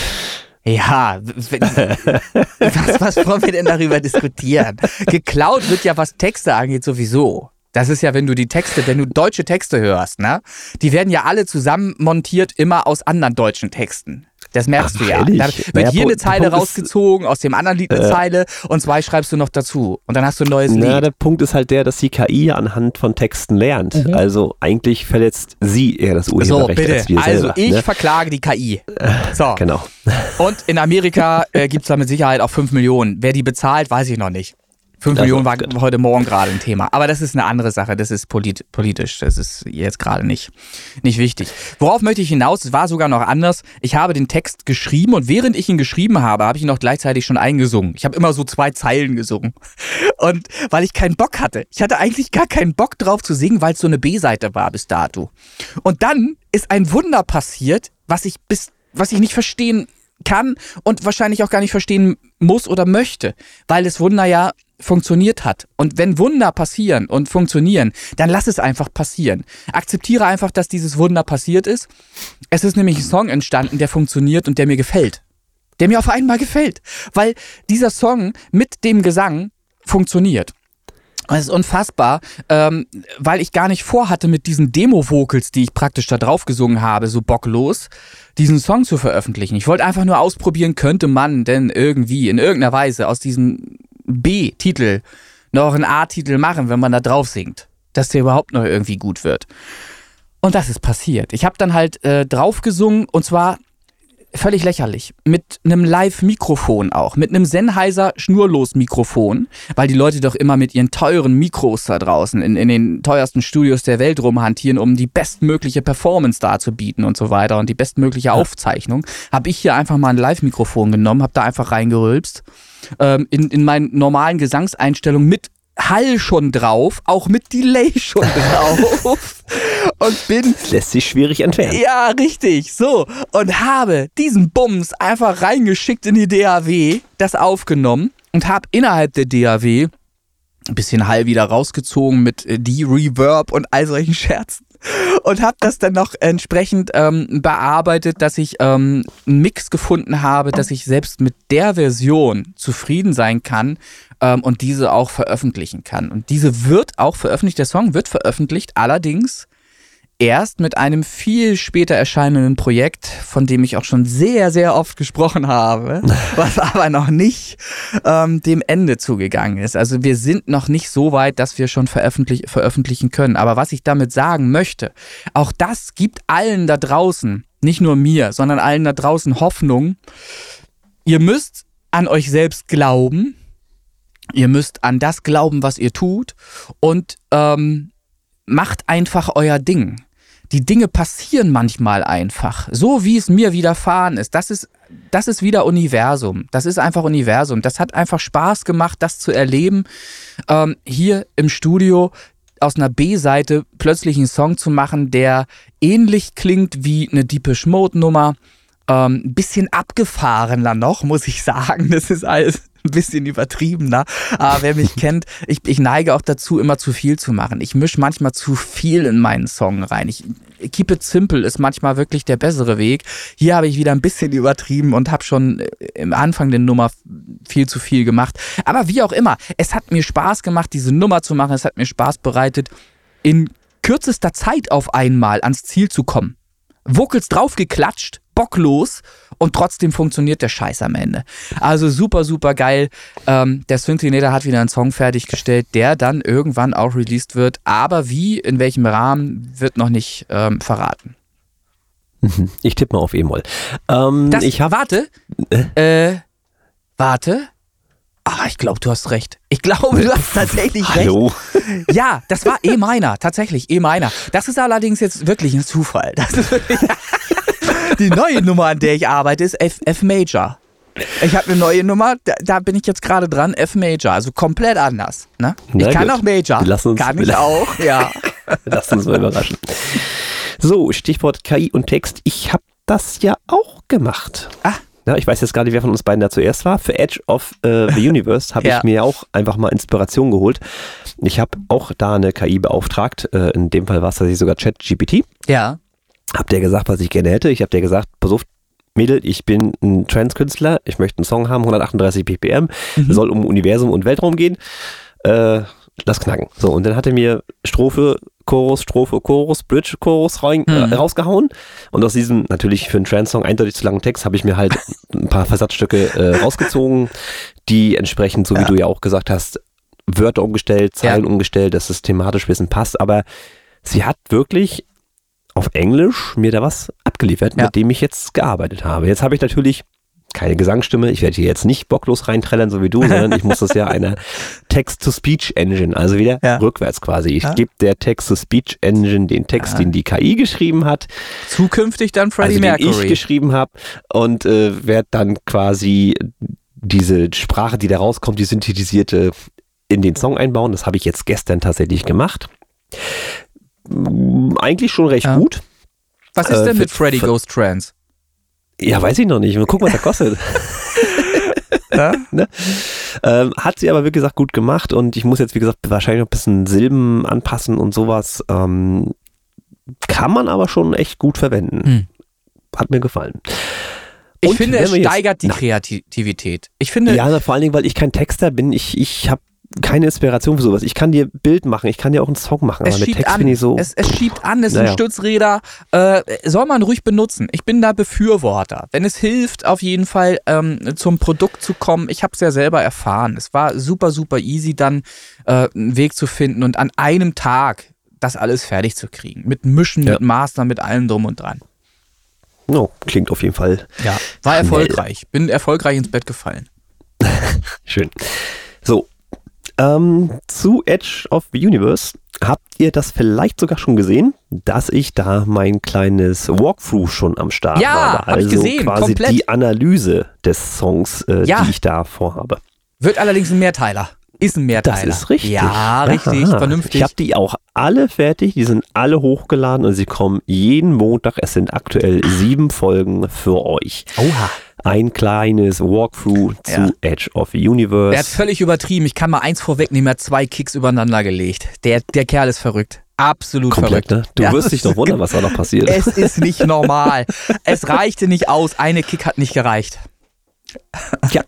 ja, was, was wollen wir denn darüber diskutieren? Geklaut wird ja, was Texte angeht, sowieso. Das ist ja, wenn du die Texte, wenn du deutsche Texte hörst, ne? Die werden ja alle zusammen montiert, immer aus anderen deutschen Texten. Das merkst Ach, du ja. ehrlich? Da wird Naja, hier eine Punkt- Zeile Punkt ist- rausgezogen, aus dem anderen Lied eine Äh. Zeile und zwei schreibst du noch dazu. Und dann hast du ein neues Na, Lied. der Punkt ist halt der, dass die K I anhand von Texten lernt. Mhm. Also eigentlich verletzt sie eher das So, Urheberrecht bitte. als wir Also selber. ich ne? verklage die K I. So. Genau. Und in Amerika äh, gibt es da mit Sicherheit auch fünf Millionen. Wer die bezahlt, weiß ich noch nicht. fünf Also, Millionen war gut. heute Morgen gerade ein Thema. Aber das ist eine andere Sache. Das ist polit- politisch. Das ist jetzt gerade nicht, nicht wichtig. Worauf möchte ich hinaus? Es war sogar noch anders. Ich habe den Text geschrieben und während ich ihn geschrieben habe, habe ich ihn auch gleichzeitig schon eingesungen. Ich habe immer so zwei Zeilen gesungen. Und weil ich keinen Bock hatte. Ich hatte eigentlich gar keinen Bock drauf zu singen, weil es so eine B-Seite war bis dato. Und dann ist ein Wunder passiert, was ich bis, was ich nicht verstehen kann und wahrscheinlich auch gar nicht verstehen muss oder möchte, weil das Wunder ja funktioniert hat. Und wenn Wunder passieren und funktionieren, dann lass es einfach passieren. Akzeptiere einfach, dass dieses Wunder passiert ist. Es ist nämlich ein Song entstanden, der funktioniert und der mir gefällt. Der mir auf einmal gefällt. Weil dieser Song mit dem Gesang funktioniert. Und es ist unfassbar, ähm, weil ich gar nicht vorhatte, mit diesen Demo-Vocals, die ich praktisch da drauf gesungen habe, so bocklos, diesen Song zu veröffentlichen. Ich wollte einfach nur ausprobieren, könnte man denn irgendwie in irgendeiner Weise aus diesem B-Titel noch einen A-Titel machen, wenn man da drauf singt, dass der überhaupt noch irgendwie gut wird. Und das ist passiert. Ich habe dann halt äh, drauf gesungen und zwar völlig lächerlich. Mit einem Live-Mikrofon auch. Mit einem Sennheiser Schnurlos-Mikrofon. Weil die Leute doch immer mit ihren teuren Mikros da draußen in, in den teuersten Studios der Welt rumhantieren, um die bestmögliche Performance darzubieten und so weiter und die bestmögliche ja. Aufzeichnung. Habe ich hier einfach mal ein Live-Mikrofon genommen, habe da einfach reingerülpst. Ähm, in, in meinen normalen Gesangseinstellungen mit Hall schon drauf, auch mit Delay schon drauf und bin... Das lässt sich schwierig entfernen. Ja, richtig, so. Und habe diesen Bums einfach reingeschickt in die D A W, das aufgenommen und habe innerhalb der D A W ein bisschen Hall wieder rausgezogen mit D-Reverb und all solchen Scherzen. Und habe das dann noch entsprechend ähm, bearbeitet, dass ich ähm, einen Mix gefunden habe, dass ich selbst mit der Version zufrieden sein kann ähm, und diese auch veröffentlichen kann. Und diese wird auch veröffentlicht, der Song wird veröffentlicht, allerdings erst mit einem viel später erscheinenden Projekt, von dem ich auch schon sehr, sehr oft gesprochen habe, was aber noch nicht ähm, dem Ende zugegangen ist. Also wir sind noch nicht so weit, dass wir schon veröffentlich- veröffentlichen können. Aber was ich damit sagen möchte, auch das gibt allen da draußen, nicht nur mir, sondern allen da draußen Hoffnung. Ihr müsst an euch selbst glauben. Ihr müsst an das glauben, was ihr tut. Und ähm, macht einfach euer Ding. Die Dinge passieren manchmal einfach, so wie es mir widerfahren ist. Das ist, das ist wieder Universum. Das ist einfach Universum. Das hat einfach Spaß gemacht, das zu erleben. Ähm, hier im Studio aus einer B-Seite plötzlich einen Song zu machen, der ähnlich klingt wie eine Depeche Mode Nummer. Ähm, ein bisschen abgefahrener noch, muss ich sagen. Das ist alles ein bisschen übertriebener. Aber wer mich kennt, ich, ich neige auch dazu, immer zu viel zu machen. Ich mische manchmal zu viel in meinen Song rein. Ich, keep it simple ist manchmal wirklich der bessere Weg. Hier habe ich wieder ein bisschen übertrieben und habe schon im Anfang der Nummer viel zu viel gemacht. Aber wie auch immer, es hat mir Spaß gemacht, diese Nummer zu machen. Es hat mir Spaß bereitet, in kürzester Zeit auf einmal ans Ziel zu kommen. Vocals draufgeklatscht, bocklos und trotzdem funktioniert der Scheiß am Ende. Also super, super geil. Ähm, der Synthinator hat wieder einen Song fertiggestellt, der dann irgendwann auch released wird. Aber wie, in welchem Rahmen, wird noch nicht ähm, verraten. Ich tippe mal auf E-Moll. Ähm, das, ich hab, warte. Äh, warte. Ah, ich glaube, du hast recht. Ich glaube, du hast tatsächlich recht. Hallo. Ja, das war E-Minor, tatsächlich E-Minor. Das ist allerdings jetzt wirklich ein Zufall. Das ist wirklich die neue Nummer, an der ich arbeite, ist F, F-Major. Ich habe eine neue Nummer, da, da bin ich jetzt gerade dran, F-Major, also komplett anders. Ne? Ich Na kann gut. auch Major, Lass uns, kann ich auch, ja. Lass uns mal überraschen. So, Stichwort K I und Text. Ich habe das ja auch gemacht. Ah. Ja, ich weiß jetzt gar nicht, wer von uns beiden da zuerst war. Für Edge of uh, the Universe habe ja. ich mir auch einfach mal Inspiration geholt. Ich habe auch da eine K I beauftragt. Äh, in dem Fall war es tatsächlich sogar ChatGPT. Ja. Hab der gesagt, was ich gerne hätte. Ich habe der gesagt, pass auf, Mädel, ich bin ein Trance-Künstler. Ich möchte einen Song haben, hundertachtunddreißig B P M. Mhm. Soll um Universum und Weltraum gehen. Äh, lass knacken. So, und dann hat er mir Strophe, Chorus, Strophe, Chorus, Bridge, Chorus rein, mhm. äh, rausgehauen. Und aus diesem natürlich für einen Trance-Song eindeutig zu langen Text habe ich mir halt ein paar Versatzstücke äh, rausgezogen, die entsprechend, so wie ja. du ja auch gesagt hast, Wörter umgestellt, Zeilen ja. umgestellt, dass es thematisch ein bisschen passt. Aber sie hat wirklich auf Englisch mir da was abgeliefert, ja. mit dem ich jetzt gearbeitet habe. Jetzt habe ich natürlich keine Gesangsstimme. Ich werde hier jetzt nicht bocklos reinträllern, so wie du, sondern ich muss das ja einer Text-to-Speech-Engine, also wieder ja. rückwärts quasi. Ich ja. gebe der Text-to-Speech-Engine den Text, ja. den die K I geschrieben hat. Zukünftig dann Freddie also Mercury. Den ich geschrieben habe und äh, werde dann quasi diese Sprache, die da rauskommt, die synthetisierte, in den Song einbauen. Das habe ich jetzt gestern tatsächlich gemacht. Eigentlich schon recht ja. gut. Was ist äh, denn mit Freddy Goes Trance? Ja, weiß ich noch nicht. Mal gucken, was er kostet. ja? ne? ähm, hat sie aber, wie gesagt, gut gemacht und ich muss jetzt, wie gesagt, wahrscheinlich noch ein bisschen Silben anpassen und sowas. Ähm, kann man aber schon echt gut verwenden. Hm. Hat mir gefallen. Ich und finde, es steigert jetzt, die na, Kreativität. Ich finde, ja, vor allen Dingen, weil ich kein Texter bin. Ich, ich habe keine Inspiration für sowas. Ich kann dir Bild machen, ich kann dir auch einen Song machen, es aber mit Text an. bin ich so... Es, es schiebt an, es naja. sind Stützräder, äh, soll man ruhig benutzen. Ich bin da Befürworter. Wenn es hilft, auf jeden Fall ähm, zum Produkt zu kommen. Ich habe es ja selber erfahren. Es war super, super easy, dann äh, einen Weg zu finden und an einem Tag das alles fertig zu kriegen. Mit Mischen, ja. mit Master, mit allem drum und dran. No, klingt auf jeden Fall. Ja, war erfolgreich. Bin erfolgreich ins Bett gefallen. Schön. So, ähm, zu Edge of the Universe. Habt ihr das vielleicht sogar schon gesehen, dass ich da mein kleines Walkthrough schon am Start ja, habe? Hab Also ich gesehen, quasi komplett. Die Analyse des Songs, äh, ja. die ich da vorhabe. Wird allerdings ein Mehrteiler. Ist ein Mehrteiler. Das ist richtig. Ja, richtig, Aha. vernünftig. Ich habe die auch alle fertig, die sind alle hochgeladen und sie kommen jeden Montag. Es sind aktuell sieben Folgen für euch. Oha. Ein kleines Walkthrough Ja. zu Edge of the Universe. Er hat völlig übertrieben. Ich kann mal eins vorwegnehmen, er hat zwei Kicks übereinander gelegt. Der, der Kerl ist verrückt. Absolut Komplett, verrückt. ne? Du Ja, wirst dich doch wundern, was da noch passiert. Es ist nicht normal. Es reichte nicht aus. Eine Kick hat nicht gereicht. Ja.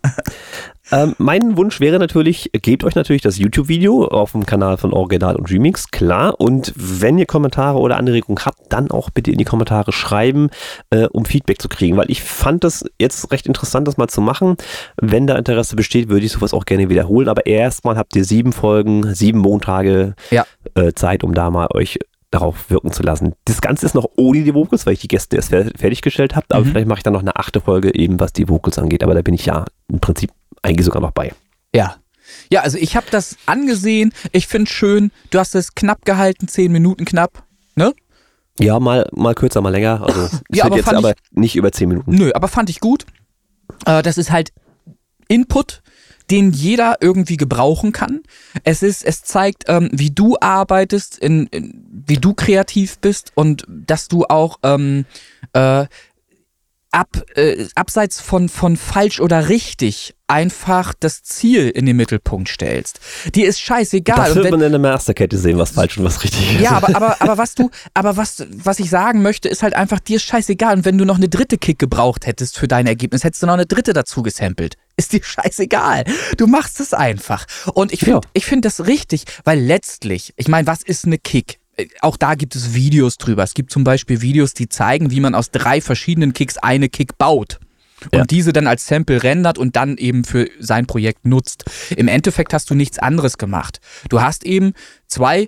Ähm, mein Wunsch wäre natürlich, gebt euch natürlich das YouTube-Video auf dem Kanal von Original und Remix, klar. Und wenn ihr Kommentare oder Anregungen habt, dann auch bitte in die Kommentare schreiben, äh, um Feedback zu kriegen. Weil ich fand das jetzt recht interessant, das mal zu machen. Wenn da Interesse besteht, würde ich sowas auch gerne wiederholen. Aber erstmal habt ihr sieben Folgen, sieben Montage Ja. äh, Zeit, um da mal euch darauf wirken zu lassen. Das Ganze ist noch ohne die Vocals, weil ich die Gäste erst fer- fertiggestellt habe. Aber Mhm. vielleicht mache ich dann noch eine achte Folge eben, was die Vocals angeht. Aber da bin ich ja im Prinzip eigentlich sogar noch bei. Ja. Ja, also ich habe das angesehen. Ich finde schön, du hast es knapp gehalten, zehn Minuten knapp. Ne? Ja, mal, mal kürzer, mal länger. Also es Ja, wird aber jetzt fand aber nicht über zehn Minuten. Nö, aber fand ich gut. Äh, das ist halt Input, den jeder irgendwie gebrauchen kann. Es ist, es zeigt, ähm, wie du arbeitest, in, in, wie du kreativ bist und dass du auch ähm, äh, ab, äh, abseits von, von falsch oder richtig einfach das Ziel in den Mittelpunkt stellst. Dir ist scheißegal. Das Und wird wenn- man in der Masterkette sehen, was falsch und was richtig ist. ja, aber, aber, aber was du, aber was, was ich sagen möchte, ist halt einfach, dir ist scheißegal. Und wenn du noch eine dritte Kick gebraucht hättest für dein Ergebnis, hättest du noch eine dritte dazu gesampelt. Ist dir scheißegal. Du machst es einfach. Und ich finde, Ja. ich finde das richtig, weil letztlich, ich meine, was ist eine Kick? Auch da gibt es Videos drüber. Es gibt zum Beispiel Videos, die zeigen, wie man aus drei verschiedenen Kicks eine Kick baut. Und Ja. diese dann als Sample rendert und dann eben für sein Projekt nutzt. Im Endeffekt hast du nichts anderes gemacht. Du hast eben zwei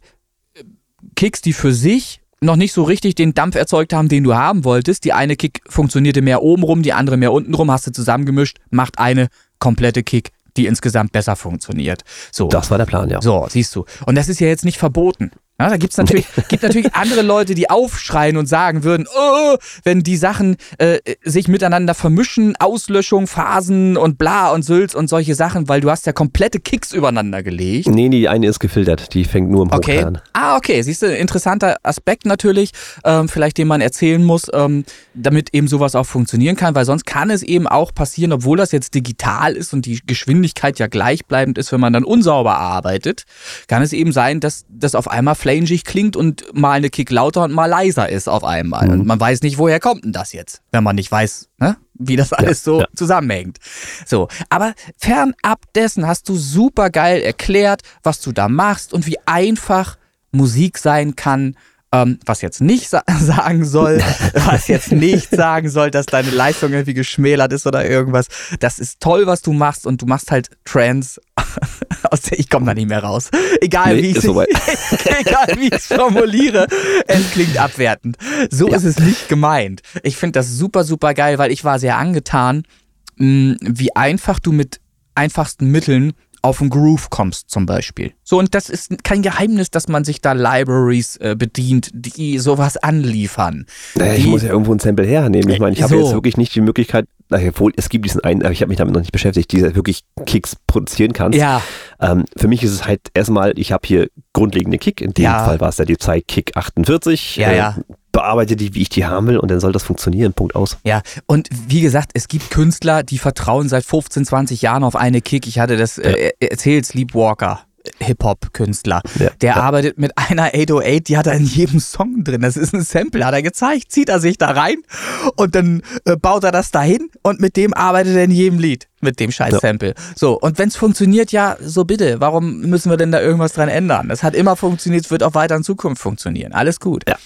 Kicks, die für sich noch nicht so richtig den Dampf erzeugt haben, den du haben wolltest. Die eine Kick funktionierte mehr oben rum, die andere mehr unten rum, hast du zusammengemischt, macht eine komplette Kick, die insgesamt besser funktioniert. So, Das war der Plan, ja. so siehst du. Und das ist ja jetzt nicht verboten. Ja, da gibt's natürlich, gibt natürlich andere Leute, die aufschreien und sagen würden, oh, wenn die Sachen äh, sich miteinander vermischen, Auslöschung, Phasen und bla und Sülz und solche Sachen, weil du hast ja komplette Kicks übereinander gelegt. Nee, nee, die eine ist gefiltert. Die fängt nur im Okay. Hoch an. Ah, okay. Siehst du, interessanter Aspekt natürlich, ähm, vielleicht den man erzählen muss, ähm, damit eben sowas auch funktionieren kann, weil sonst kann es eben auch passieren, obwohl das jetzt digital ist und die Geschwindigkeit ja gleichbleibend ist, wenn man dann unsauber arbeitet, kann es eben sein, dass das auf einmal flangig klingt und mal eine Kick lauter und mal leiser ist auf einmal. Mhm. Und man weiß nicht, woher kommt denn das jetzt, wenn man nicht weiß, ne? Wie das alles so ja. zusammenhängt. So, aber fernab dessen hast du super geil erklärt, was du da machst und wie einfach Musik sein kann, ähm, was jetzt nicht sa- sagen soll, was jetzt nicht sagen soll, dass deine Leistung irgendwie geschmälert ist oder irgendwas. Das ist toll, was du machst und du machst halt Trance, aus der ich komme da nicht mehr raus. Egal Nee, wie ich ist soweit. egal wie ich es formuliere, es klingt abwertend. So Ja. ist es nicht gemeint. Ich finde das super, super geil, weil ich war sehr angetan, mh, wie einfach du mit einfachsten Mitteln auf einen Groove kommst zum Beispiel. So, und das ist kein Geheimnis, dass man sich da Libraries äh, bedient, die sowas anliefern. Naja, ich Die- muss ja irgendwo ein Sample hernehmen. Ich meine, ich habe So. jetzt wirklich nicht die Möglichkeit, obwohl es gibt diesen einen, aber ich habe mich damit noch nicht beschäftigt, die wirklich Kicks produzieren kannst. Ja, Ähm, für mich ist es halt erstmal, ich habe hier grundlegende Kick. In dem Ja. Fall war es ja die Zeit Kick achtundvierzig. Ja, äh, ja. Bearbeite die, wie ich die haben will und dann soll das funktionieren. Punkt aus. ja. Und wie gesagt, es gibt Künstler, die vertrauen seit fünfzehn, zwanzig Jahren auf eine Kick. Ich hatte das äh, erzählt, Sleepwalker. Hip-Hop-Künstler. Ja, Der ja. arbeitet mit einer acht null acht, die hat er in jedem Song drin. Das ist ein Sample, hat er gezeigt, zieht er sich da rein und dann äh, baut er das dahin und mit dem arbeitet er in jedem Lied, mit dem scheiß Ja. Sample. So, und wenn es funktioniert, ja, so bitte. Warum müssen wir denn da irgendwas dran ändern? Das hat immer funktioniert, es wird auch weiter in Zukunft funktionieren. Alles gut. Ja.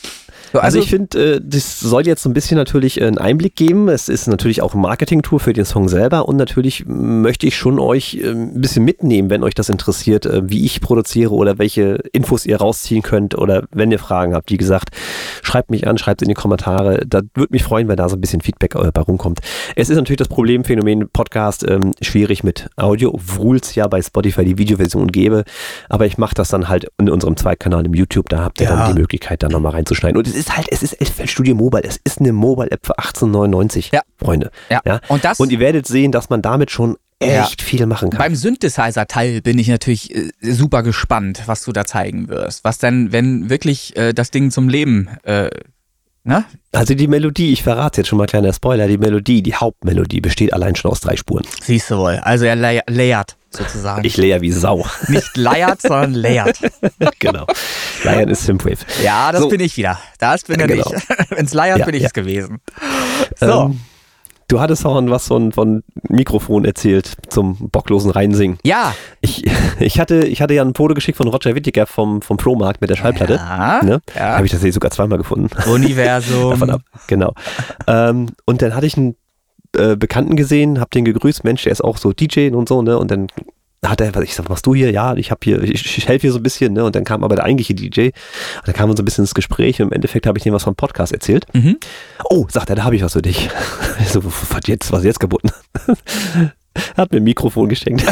So, also, also ich finde, äh, das soll jetzt so ein bisschen natürlich einen Einblick geben. Es ist natürlich auch ein Marketing-Tool für den Song selber und natürlich möchte ich schon euch äh, ein bisschen mitnehmen, wenn euch das interessiert, äh, wie ich produziere oder welche Infos ihr rausziehen könnt oder wenn ihr Fragen habt. Wie gesagt, schreibt mich an, schreibt in die Kommentare. Da würde mich freuen, wenn da so ein bisschen Feedback äh, bei rumkommt. Es ist natürlich das Problem, Phänomen Podcast, ähm, schwierig mit Audio, obwohl es ja bei Spotify die Videoversion gäbe. Aber ich mache das dann halt in unserem Zweitkanal im YouTube. Da habt ihr ja dann die Möglichkeit, da nochmal reinzuschneiden. Und es ist halt, es ist F L Studio Mobile. Es ist eine Mobile-App für achtzehn neunundneunzig, ja. Freunde. Ja. Ja. Und, das, und ihr werdet sehen, dass man damit schon echt ja. viel machen kann. Beim Synthesizer-Teil bin ich natürlich äh, super gespannt, was du da zeigen wirst. Was denn, wenn wirklich äh, das Ding zum Leben, äh, ne? Also die Melodie, ich verrate jetzt schon mal, kleiner Spoiler, die Melodie, die Hauptmelodie besteht allein schon aus drei Spuren. Siehst du wohl. Also er lay- layert sozusagen. Ich layer wie Sau. Nicht layert, sondern layert. Genau. Layern ist Synthwave. Ja, das so. bin ich wieder. Das bin ja genau. ich. Wenn's layert, ja, bin ich ja. es gewesen. So. Ähm, Du hattest auch was von, von Mikrofon erzählt zum bocklosen Reinsingen. Ja. Ich, ich, hatte, ich hatte ja ein Foto geschickt von Roger Whittaker vom, vom Flohmarkt mit der Schallplatte. Ja. Ne? Ja. Habe ich tatsächlich sogar zweimal gefunden. Universum. Davon ab. Genau. ähm, und dann hatte ich einen äh, Bekannten gesehen, habe den gegrüßt. Mensch, der ist auch so D J und so, ne? Und dann hat er, ich sag, was machst du hier? Ja, ich habe hier, ich, ich helfe hier so ein bisschen, ne? Und dann kam aber der eigentliche D J. Und dann kam uns so ein bisschen ins Gespräch und im Endeffekt habe ich dem was vom Podcast erzählt. Mhm. Oh, sagt er, da habe ich was für dich. Ich so, was jetzt, was ist jetzt kaputt? Er hat mir ein Mikrofon geschenkt.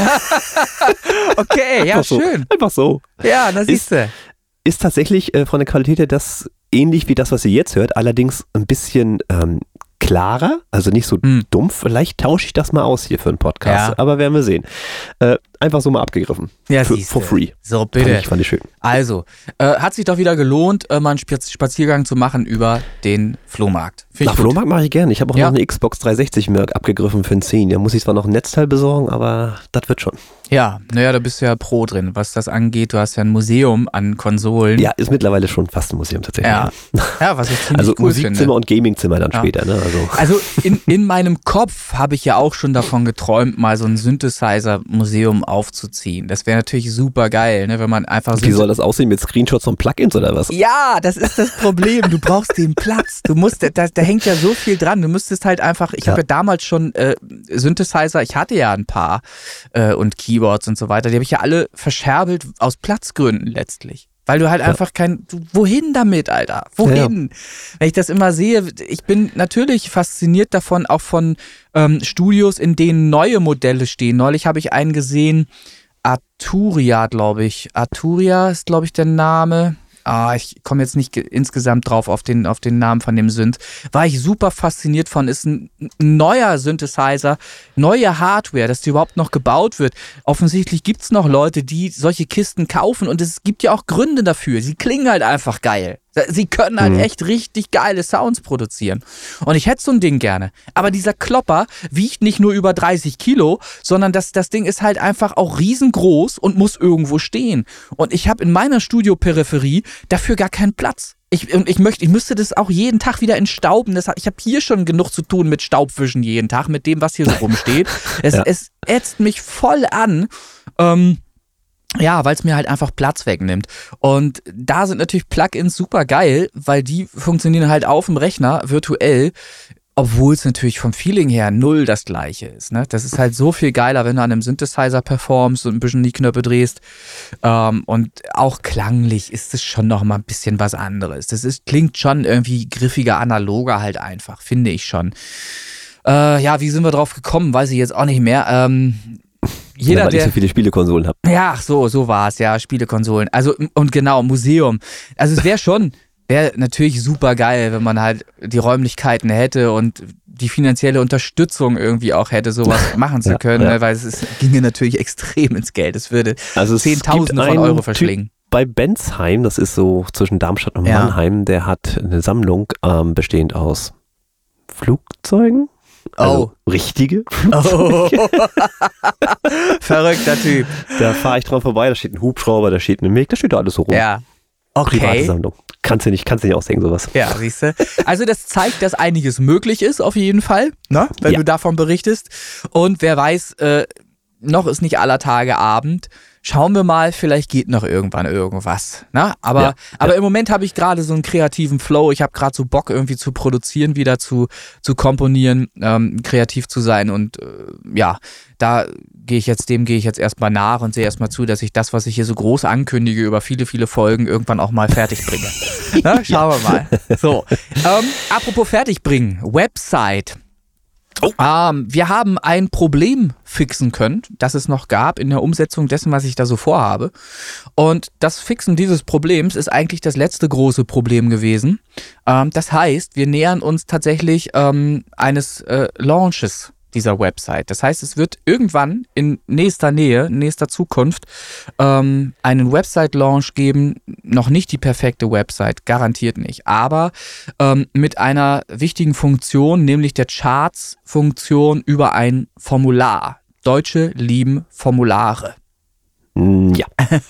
Okay, ja, so, schön. Einfach so. Ja, das siehst du. Ist tatsächlich äh, von der Qualität her das ähnlich wie das, was ihr jetzt hört, allerdings ein bisschen ähm, klarer, also nicht so mm. dumpf. Vielleicht tausche ich das mal aus hier für einen Podcast, ja. aber werden wir sehen. Äh, einfach so mal abgegriffen. Ja, für, for free. So, bitte. Fand ich, fand ich schön. Also, äh, hat sich doch wieder gelohnt, äh, mal einen Spaziergang zu machen über den Flohmarkt. Nach Flohmarkt mache ich gerne. Ich habe auch ja. noch eine Xbox dreihundertsechzig mir abgegriffen für einen zehn. Da muss ich zwar noch ein Netzteil besorgen, aber das wird schon. Ja, naja, da bist du ja Pro drin, was das angeht. Du hast ja ein Museum an Konsolen. Ja, ist mittlerweile schon fast ein Museum tatsächlich. Ja, ja was ich ziemlich also cool Musikzimmer finde. Und Gamingzimmer dann ja. später. Ne? Also, also in, in meinem Kopf habe ich ja auch schon davon geträumt, mal so ein Synthesizer-Museum aufzuziehen. Das wäre natürlich super geil, ne, wenn man einfach... Wie soll das aussehen, mit Screenshots und Plugins oder was? Ja, das ist das Problem. Du brauchst den Platz. Du musst, da, da hängt ja so viel dran. Du müsstest halt einfach... Ich ja. habe ja damals schon äh, Synthesizer, ich hatte ja ein paar äh, und Keyboards und so weiter. Die habe ich ja alle verscherbelt aus Platzgründen letztlich. Weil du halt ja. einfach kein, du, wohin damit, Alter? Wohin? Ja. Wenn ich das immer sehe, ich bin natürlich fasziniert davon, auch von ähm, Studios, in denen neue Modelle stehen. Neulich habe ich einen gesehen, Arturia, glaube ich. Arturia ist, glaube ich, der Name. Ah, ich komme jetzt nicht ge- insgesamt drauf auf den, auf den Namen von dem Synth. War ich super fasziniert von. Ist ein neuer Synthesizer, neue Hardware, dass die überhaupt noch gebaut wird. Offensichtlich gibt es noch Leute, die solche Kisten kaufen und es gibt ja auch Gründe dafür. Sie klingen halt einfach geil. Sie können halt mhm. echt richtig geile Sounds produzieren. Und ich hätte so ein Ding gerne. Aber dieser Klopper wiegt nicht nur über dreißig Kilo, sondern das, das Ding ist halt einfach auch riesengroß und muss irgendwo stehen. Und ich habe in meiner Studioperipherie dafür gar keinen Platz. Ich, und ich möchte, ich müsste das auch jeden Tag wieder entstauben. Das, ich habe hier schon genug zu tun mit Staubwischen jeden Tag, mit dem, was hier so rumsteht. Es, ja. es ätzt mich voll an. Ähm, Ja, weil es mir halt einfach Platz wegnimmt. Und da sind natürlich Plugins super geil, weil die funktionieren halt auf dem Rechner virtuell, obwohl es natürlich vom Feeling her null das gleiche ist. Ne? Das ist halt so viel geiler, wenn du an einem Synthesizer performst und ein bisschen die Knöpfe drehst. Ähm, und auch klanglich ist es schon noch mal ein bisschen was anderes. Das ist, klingt schon irgendwie griffiger, analoger halt einfach, finde ich schon. Äh, ja, wie sind wir drauf gekommen, weiß ich jetzt auch nicht mehr. Ähm, Jeder, ja, weil der, ich so viele Spielekonsolen habe. Ja, so, so war es, ja, Spielekonsolen. Also, und genau, Museum. Also es wäre schon, wäre natürlich super geil, wenn man halt die Räumlichkeiten hätte und die finanzielle Unterstützung irgendwie auch hätte, sowas machen zu können, ja, ja. Ne, weil es ist, ginge natürlich extrem ins Geld. Es würde also es Zehntausende von Euro verschlingen. Typ bei Bensheim, das ist so zwischen Darmstadt und ja. Mannheim, der hat eine Sammlung ähm, bestehend aus Flugzeugen. Also oh. richtige Flugzeuge. Oh. Verrückter Typ. Da fahre ich dran vorbei, da steht ein Hubschrauber, da steht ein Meg, da steht da alles so rum. Ja. Okay. Private Sammlung. Kannst du nicht, kannst du nicht ausdenken, sowas. Ja, siehst du. Also das zeigt, dass einiges möglich ist, auf jeden Fall, ne? Wenn ja. du davon berichtest. Und wer weiß, äh, noch ist nicht aller Tage Abend. schauen wir mal, vielleicht geht noch irgendwann irgendwas. Ne? Aber, ja, aber ja. im Moment habe ich gerade so einen kreativen Flow. Ich habe gerade so Bock irgendwie zu produzieren, wieder zu, zu komponieren, ähm, kreativ zu sein. Und äh, ja, da gehe ich jetzt, dem gehe ich jetzt erstmal nach und sehe erstmal zu, dass ich das, was ich hier so groß ankündige, über viele, viele Folgen irgendwann auch mal fertig bringe. Ne? Schauen wir mal. So, ähm, apropos fertig bringen, Website. Oh. Ähm, wir haben ein Problem fixen können, das es noch gab in der Umsetzung dessen, was ich da so vorhabe. Und das Fixen dieses Problems ist eigentlich das letzte große Problem gewesen. Ähm, das heißt, wir nähern uns tatsächlich ähm, eines äh, Launches dieser Website. Das heißt, es wird irgendwann in nächster Nähe, in nächster Zukunft ähm, einen Website-Launch geben. Noch nicht die perfekte Website, garantiert nicht. Aber ähm, mit einer wichtigen Funktion, nämlich der Charts-Funktion über ein Formular. Deutsche lieben Formulare. Ja.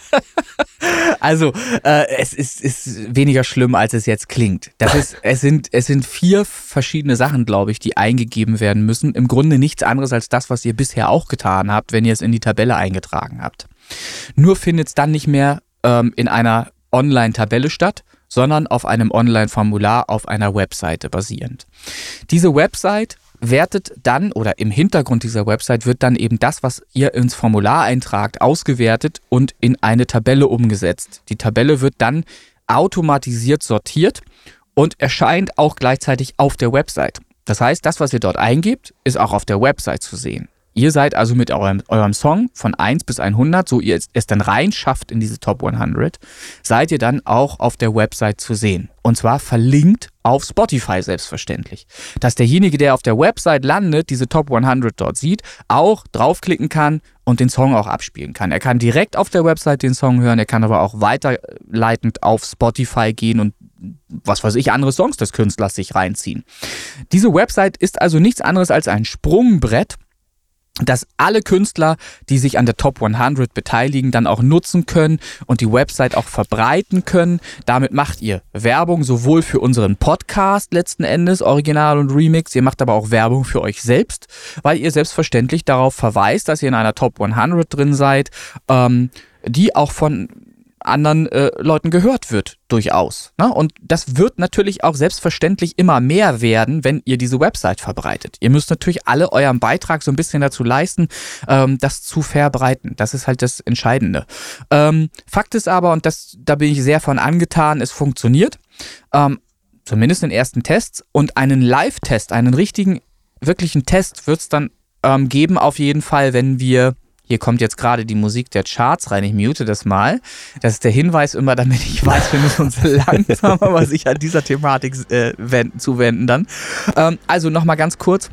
Also, äh, es ist, ist weniger schlimm, als es jetzt klingt. Das ist, es sind, es sind vier verschiedene Sachen, glaube ich, die eingegeben werden müssen. Im Grunde nichts anderes als das, was ihr bisher auch getan habt, wenn ihr es in die Tabelle eingetragen habt. Nur findet es dann nicht mehr ähm, in einer Online-Tabelle statt, sondern auf einem Online-Formular auf einer Webseite basierend. Diese Website wertet dann, oder im Hintergrund dieser Website wird dann eben das, was ihr ins Formular eintragt, ausgewertet und in eine Tabelle umgesetzt. Die Tabelle wird dann automatisiert sortiert und erscheint auch gleichzeitig auf der Website. Das heißt, das, was ihr dort eingebt, ist auch auf der Website zu sehen. Ihr seid also mit eurem, eurem Song von eins bis hundert, so ihr es dann reinschafft in diese Top hundert, seid ihr dann auch auf der Website zu sehen. Und zwar verlinkt auf Spotify selbstverständlich. Dass derjenige, der auf der Website landet, diese Top hundert dort sieht, auch draufklicken kann und den Song auch abspielen kann. Er kann direkt auf der Website den Song hören, er kann aber auch weiterleitend auf Spotify gehen und was weiß ich, andere Songs des Künstlers sich reinziehen. Diese Website ist also nichts anderes als ein Sprungbrett, dass alle Künstler, die sich an der Top hundert beteiligen, dann auch nutzen können und die Website auch verbreiten können. Damit macht ihr Werbung sowohl für unseren Podcast letzten Endes, Original und Remix, ihr macht aber auch Werbung für euch selbst, weil ihr selbstverständlich darauf verweist, dass ihr in einer Top hundert drin seid, ähm, die auch von anderen äh, Leuten gehört wird, durchaus. Ne? Und das wird natürlich auch selbstverständlich immer mehr werden, wenn ihr diese Website verbreitet. Ihr müsst natürlich alle euren Beitrag so ein bisschen dazu leisten, ähm, das zu verbreiten. Das ist halt das Entscheidende. Ähm, Fakt ist aber, und das, da bin ich sehr von angetan, es funktioniert. Ähm, zumindest in ersten Tests. Und einen Live-Test, einen richtigen, wirklichen Test wird es dann ähm, geben, auf jeden Fall, wenn wir... Hier kommt jetzt gerade die Musik der Charts rein, ich mute das mal. Das ist der Hinweis immer, damit ich weiß, wir müssen uns langsam aber sicher dieser Thematik äh, wenden, zuwenden dann. Ähm, also nochmal ganz kurz,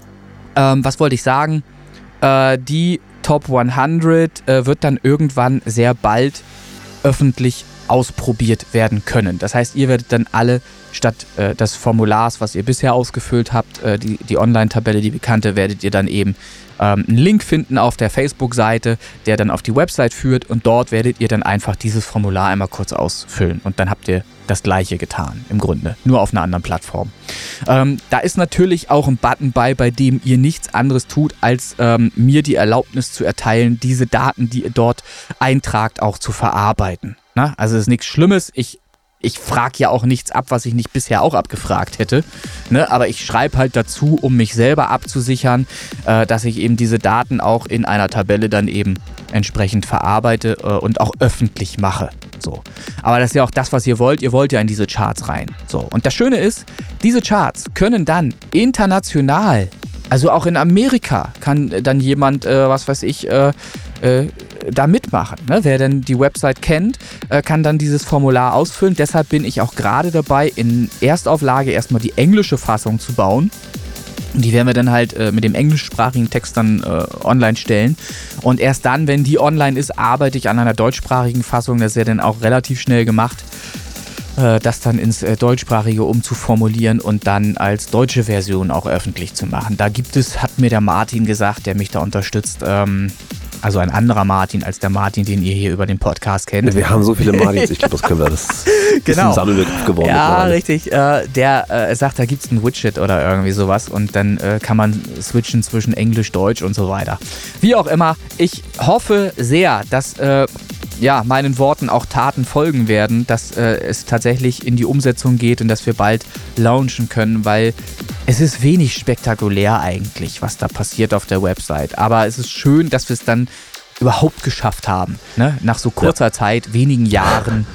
ähm, was wollte ich sagen? Äh, die Top hundert äh, wird dann irgendwann sehr bald öffentlich ausprobiert werden können. Das heißt, ihr werdet dann alle statt äh, des Formulars, was ihr bisher ausgefüllt habt, äh, die, die Online-Tabelle, die bekannte, werdet ihr dann eben ähm, einen Link finden auf der Facebook-Seite, der dann auf die Website führt und dort werdet ihr dann einfach dieses Formular einmal kurz ausfüllen und dann habt ihr das Gleiche getan, im Grunde, nur auf einer anderen Plattform. Ähm, da ist natürlich auch ein Button bei, bei dem ihr nichts anderes tut, als ähm, mir die Erlaubnis zu erteilen, diese Daten, die ihr dort eintragt, auch zu verarbeiten. Na? Also es ist nichts Schlimmes, ich Ich frage ja auch nichts ab, was ich nicht bisher auch abgefragt hätte. Ne? Aber ich schreibe halt dazu, um mich selber abzusichern, äh, dass ich eben diese Daten auch in einer Tabelle dann eben entsprechend verarbeite äh, und auch öffentlich mache. So. Aber das ist ja auch das, was ihr wollt. Ihr wollt ja in diese Charts rein. So. Und das Schöne ist, diese Charts können dann international, also auch in Amerika, kann dann jemand, äh, was weiß ich, äh, äh, da mitmachen. Ne? Wer denn die Website kennt, äh, kann dann dieses Formular ausfüllen. Deshalb bin ich auch gerade dabei, in Erstauflage erstmal die englische Fassung zu bauen. Die werden wir dann halt äh, mit dem englischsprachigen Text dann äh, online stellen. Und erst dann, wenn die online ist, arbeite ich an einer deutschsprachigen Fassung. Das ist ja dann auch relativ schnell gemacht, äh, das dann ins äh, Deutschsprachige umzuformulieren und dann als deutsche Version auch öffentlich zu machen. Da gibt es, hat mir der Martin gesagt, der mich da unterstützt, ähm, Also ein anderer Martin als der Martin, den ihr hier über den Podcast kennt. Wir haben so viele Martins, ich glaube, das können wir, das genau. ist ein Sammelbegriff geworden. Ja, richtig. Äh, der äh, sagt, da gibt es ein Widget oder irgendwie sowas und dann äh, kann man switchen zwischen Englisch, Deutsch und so weiter. Wie auch immer, ich hoffe sehr, dass äh, ja, meinen Worten auch Taten folgen werden, dass äh, es tatsächlich in die Umsetzung geht und dass wir bald launchen können, weil es ist wenig spektakulär eigentlich, was da passiert auf der Website. Aber es ist schön, dass wir es dann überhaupt geschafft haben, ne? Nach so kurzer ja. Zeit, wenigen Jahren,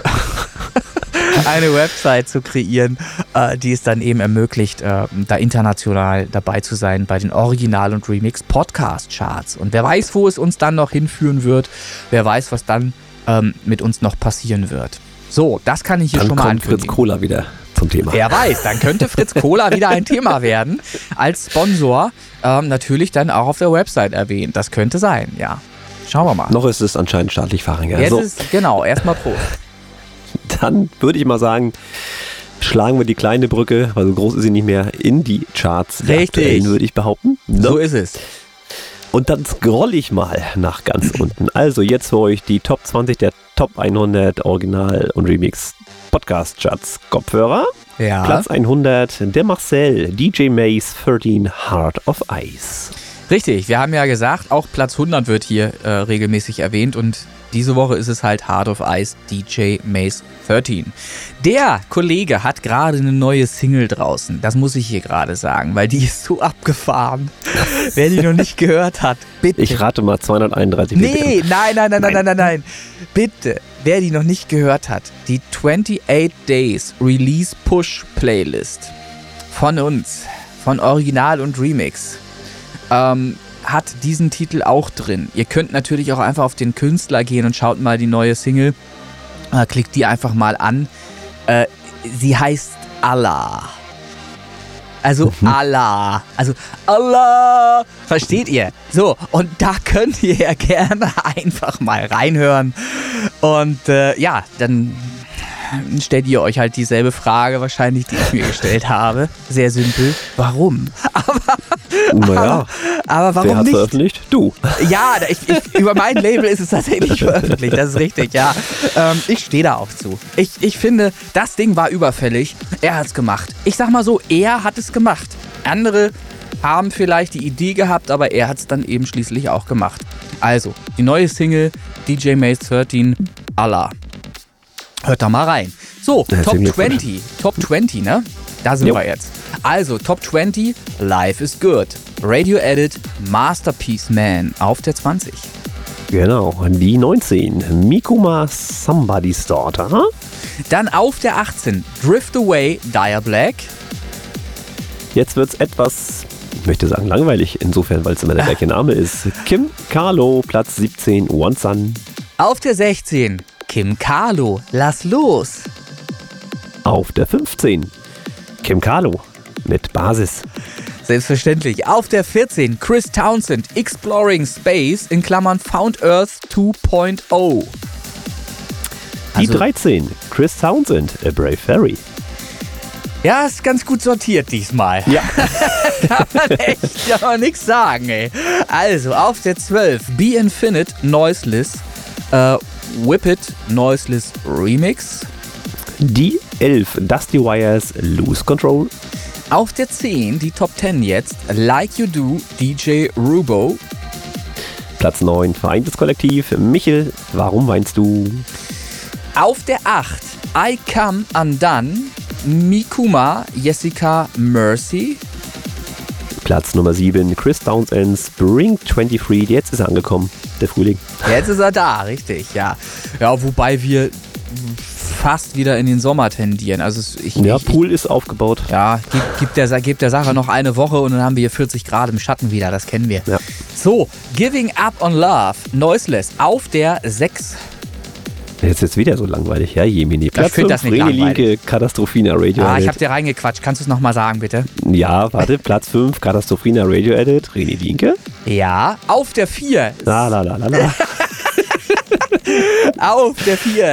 eine Website zu kreieren, äh, die es dann eben ermöglicht, äh, da international dabei zu sein bei den Original- und Remix-Podcast-Charts. Und wer weiß, wo es uns dann noch hinführen wird, wer weiß, was dann ähm, mit uns noch passieren wird. So, das kann ich hier dann schon mal kommt ankündigen. Fritz Cola wieder zum Thema. Wer weiß, dann könnte Fritz Cola wieder ein Thema werden, als Sponsor ähm, natürlich dann auch auf der Website erwähnt. Das könnte sein, ja. Schauen wir mal. Noch ist es anscheinend staatlich Fahringer. Jetzt so. ist, genau, erstmal Prost. Dann würde ich mal sagen, schlagen wir die kleine Brücke, weil so groß ist sie nicht mehr, in die Charts. Der Richtig. Würde ich behaupten. No. So ist es. Und dann scroll ich mal nach ganz unten. Also jetzt für euch die Top zwanzig der Top hundert Original- und Remix-Podcast-Charts. Kopfhörer. Ja. Platz hundert, der Marcel, D J Maze dreizehn, Heart of Ice. Richtig, wir haben ja gesagt, auch Platz hundert wird hier äh, regelmäßig erwähnt und diese Woche ist es halt Heart of Ice, D J Maze dreizehn. Der Kollege hat gerade eine neue Single draußen, das muss ich hier gerade sagen, weil die ist so abgefahren. Wer die noch nicht gehört hat, bitte. Ich rate mal zweihunderteinunddreißig. Nee, nein, nein, nein, nein, nein, nein, nein. Bitte, wer die noch nicht gehört hat, die achtundachtzig Days Release Push Playlist von uns, von Original und Remix, ähm, hat diesen Titel auch drin. Ihr könnt natürlich auch einfach auf den Künstler gehen und schaut mal die neue Single. Äh, klickt die einfach mal an. Äh, sie heißt Allah. Also mhm. Allah. Also Allah. Versteht ihr? So, und da könnt ihr ja gerne einfach mal reinhören. Und äh, ja, dann stellt ihr euch halt dieselbe Frage wahrscheinlich, die ich mir gestellt habe. Sehr simpel. Warum? Aber, naja, aber, aber warum wer hat nicht? veröffentlicht? Du. Ja, ich, ich, über mein Label ist es tatsächlich veröffentlicht, das ist richtig, ja. Ähm, ich stehe da auch zu. Ich, ich finde, das Ding war überfällig. Er hat es gemacht. Ich sag mal so, er hat es gemacht. Andere haben vielleicht die Idee gehabt, aber er hat es dann eben schließlich auch gemacht. Also, die neue Single D J Maze dreizehn, Allah. Hört da mal rein. So, ja, Top zwanzig. Top zwanzig, ne? Da sind jo. wir jetzt. Also, Top zwanzig, Life is Good. Radio Edit, Masterpiece Man auf der zwanzig. Genau, die neunzehn, Mikuma, Somebody's Daughter. Dann auf der achtzehn, Drift Away, Dire Black. Jetzt wird's etwas, ich möchte sagen langweilig, insofern, weil es immer der gleiche Name ist. Kim Carlo, Platz siebzehn, One Sun. Auf der sechzehn, Kim Carlo, Lass los. Auf der fünfzehn, Kim Carlo mit Basis. Selbstverständlich. Auf der vierzehn, Chris Townsend, Exploring Space, in Klammern Found Earth zwei Punkt null. Die also, dreizehn, Chris Townsend, A Brave Fairy. Ja, ist ganz gut sortiert diesmal. Ja. Kann man echt aber nichts sagen, ey. Also, auf der zwölf, Be Infinite, Noiseless, äh, Whip It, Noiseless Remix. Die elf, Dusty Wires, Lose Control. Auf der zehn, die Top zehn jetzt, Like You Do, D J Rubo. Platz neun, Vereintes Kollektiv, Michel, Warum weinst du? Auf der acht, I Come Undone, Mikuma, Jessica Mercy. Platz Nummer sieben, Chris Townsend, Spring dreiundzwanzig, jetzt ist er angekommen, der Frühling. Jetzt ist er da, richtig, ja. Ja, wobei wir fast wieder in den Sommer tendieren. Also ich, ja, ich, Pool ist aufgebaut. Ja, gibt, gibt, der, gibt der Sache noch eine Woche und dann haben wir hier vierzig Grad im Schatten wieder, das kennen wir. Ja. So, Giving Up on Love, Noiseless, auf der sechs. Jetzt ist wieder so langweilig, ja, Jemini. Platz ich finde das nicht Vreni langweilig. Linke, Katastrophina Radio Ah, Edit. ich hab dir reingequatscht. Kannst du es nochmal sagen, bitte? Ja, warte, Platz fünf, Katastrophina Radio Edit, Vreni Linke. Ja, auf der vier. La la la la la. Auf der vier,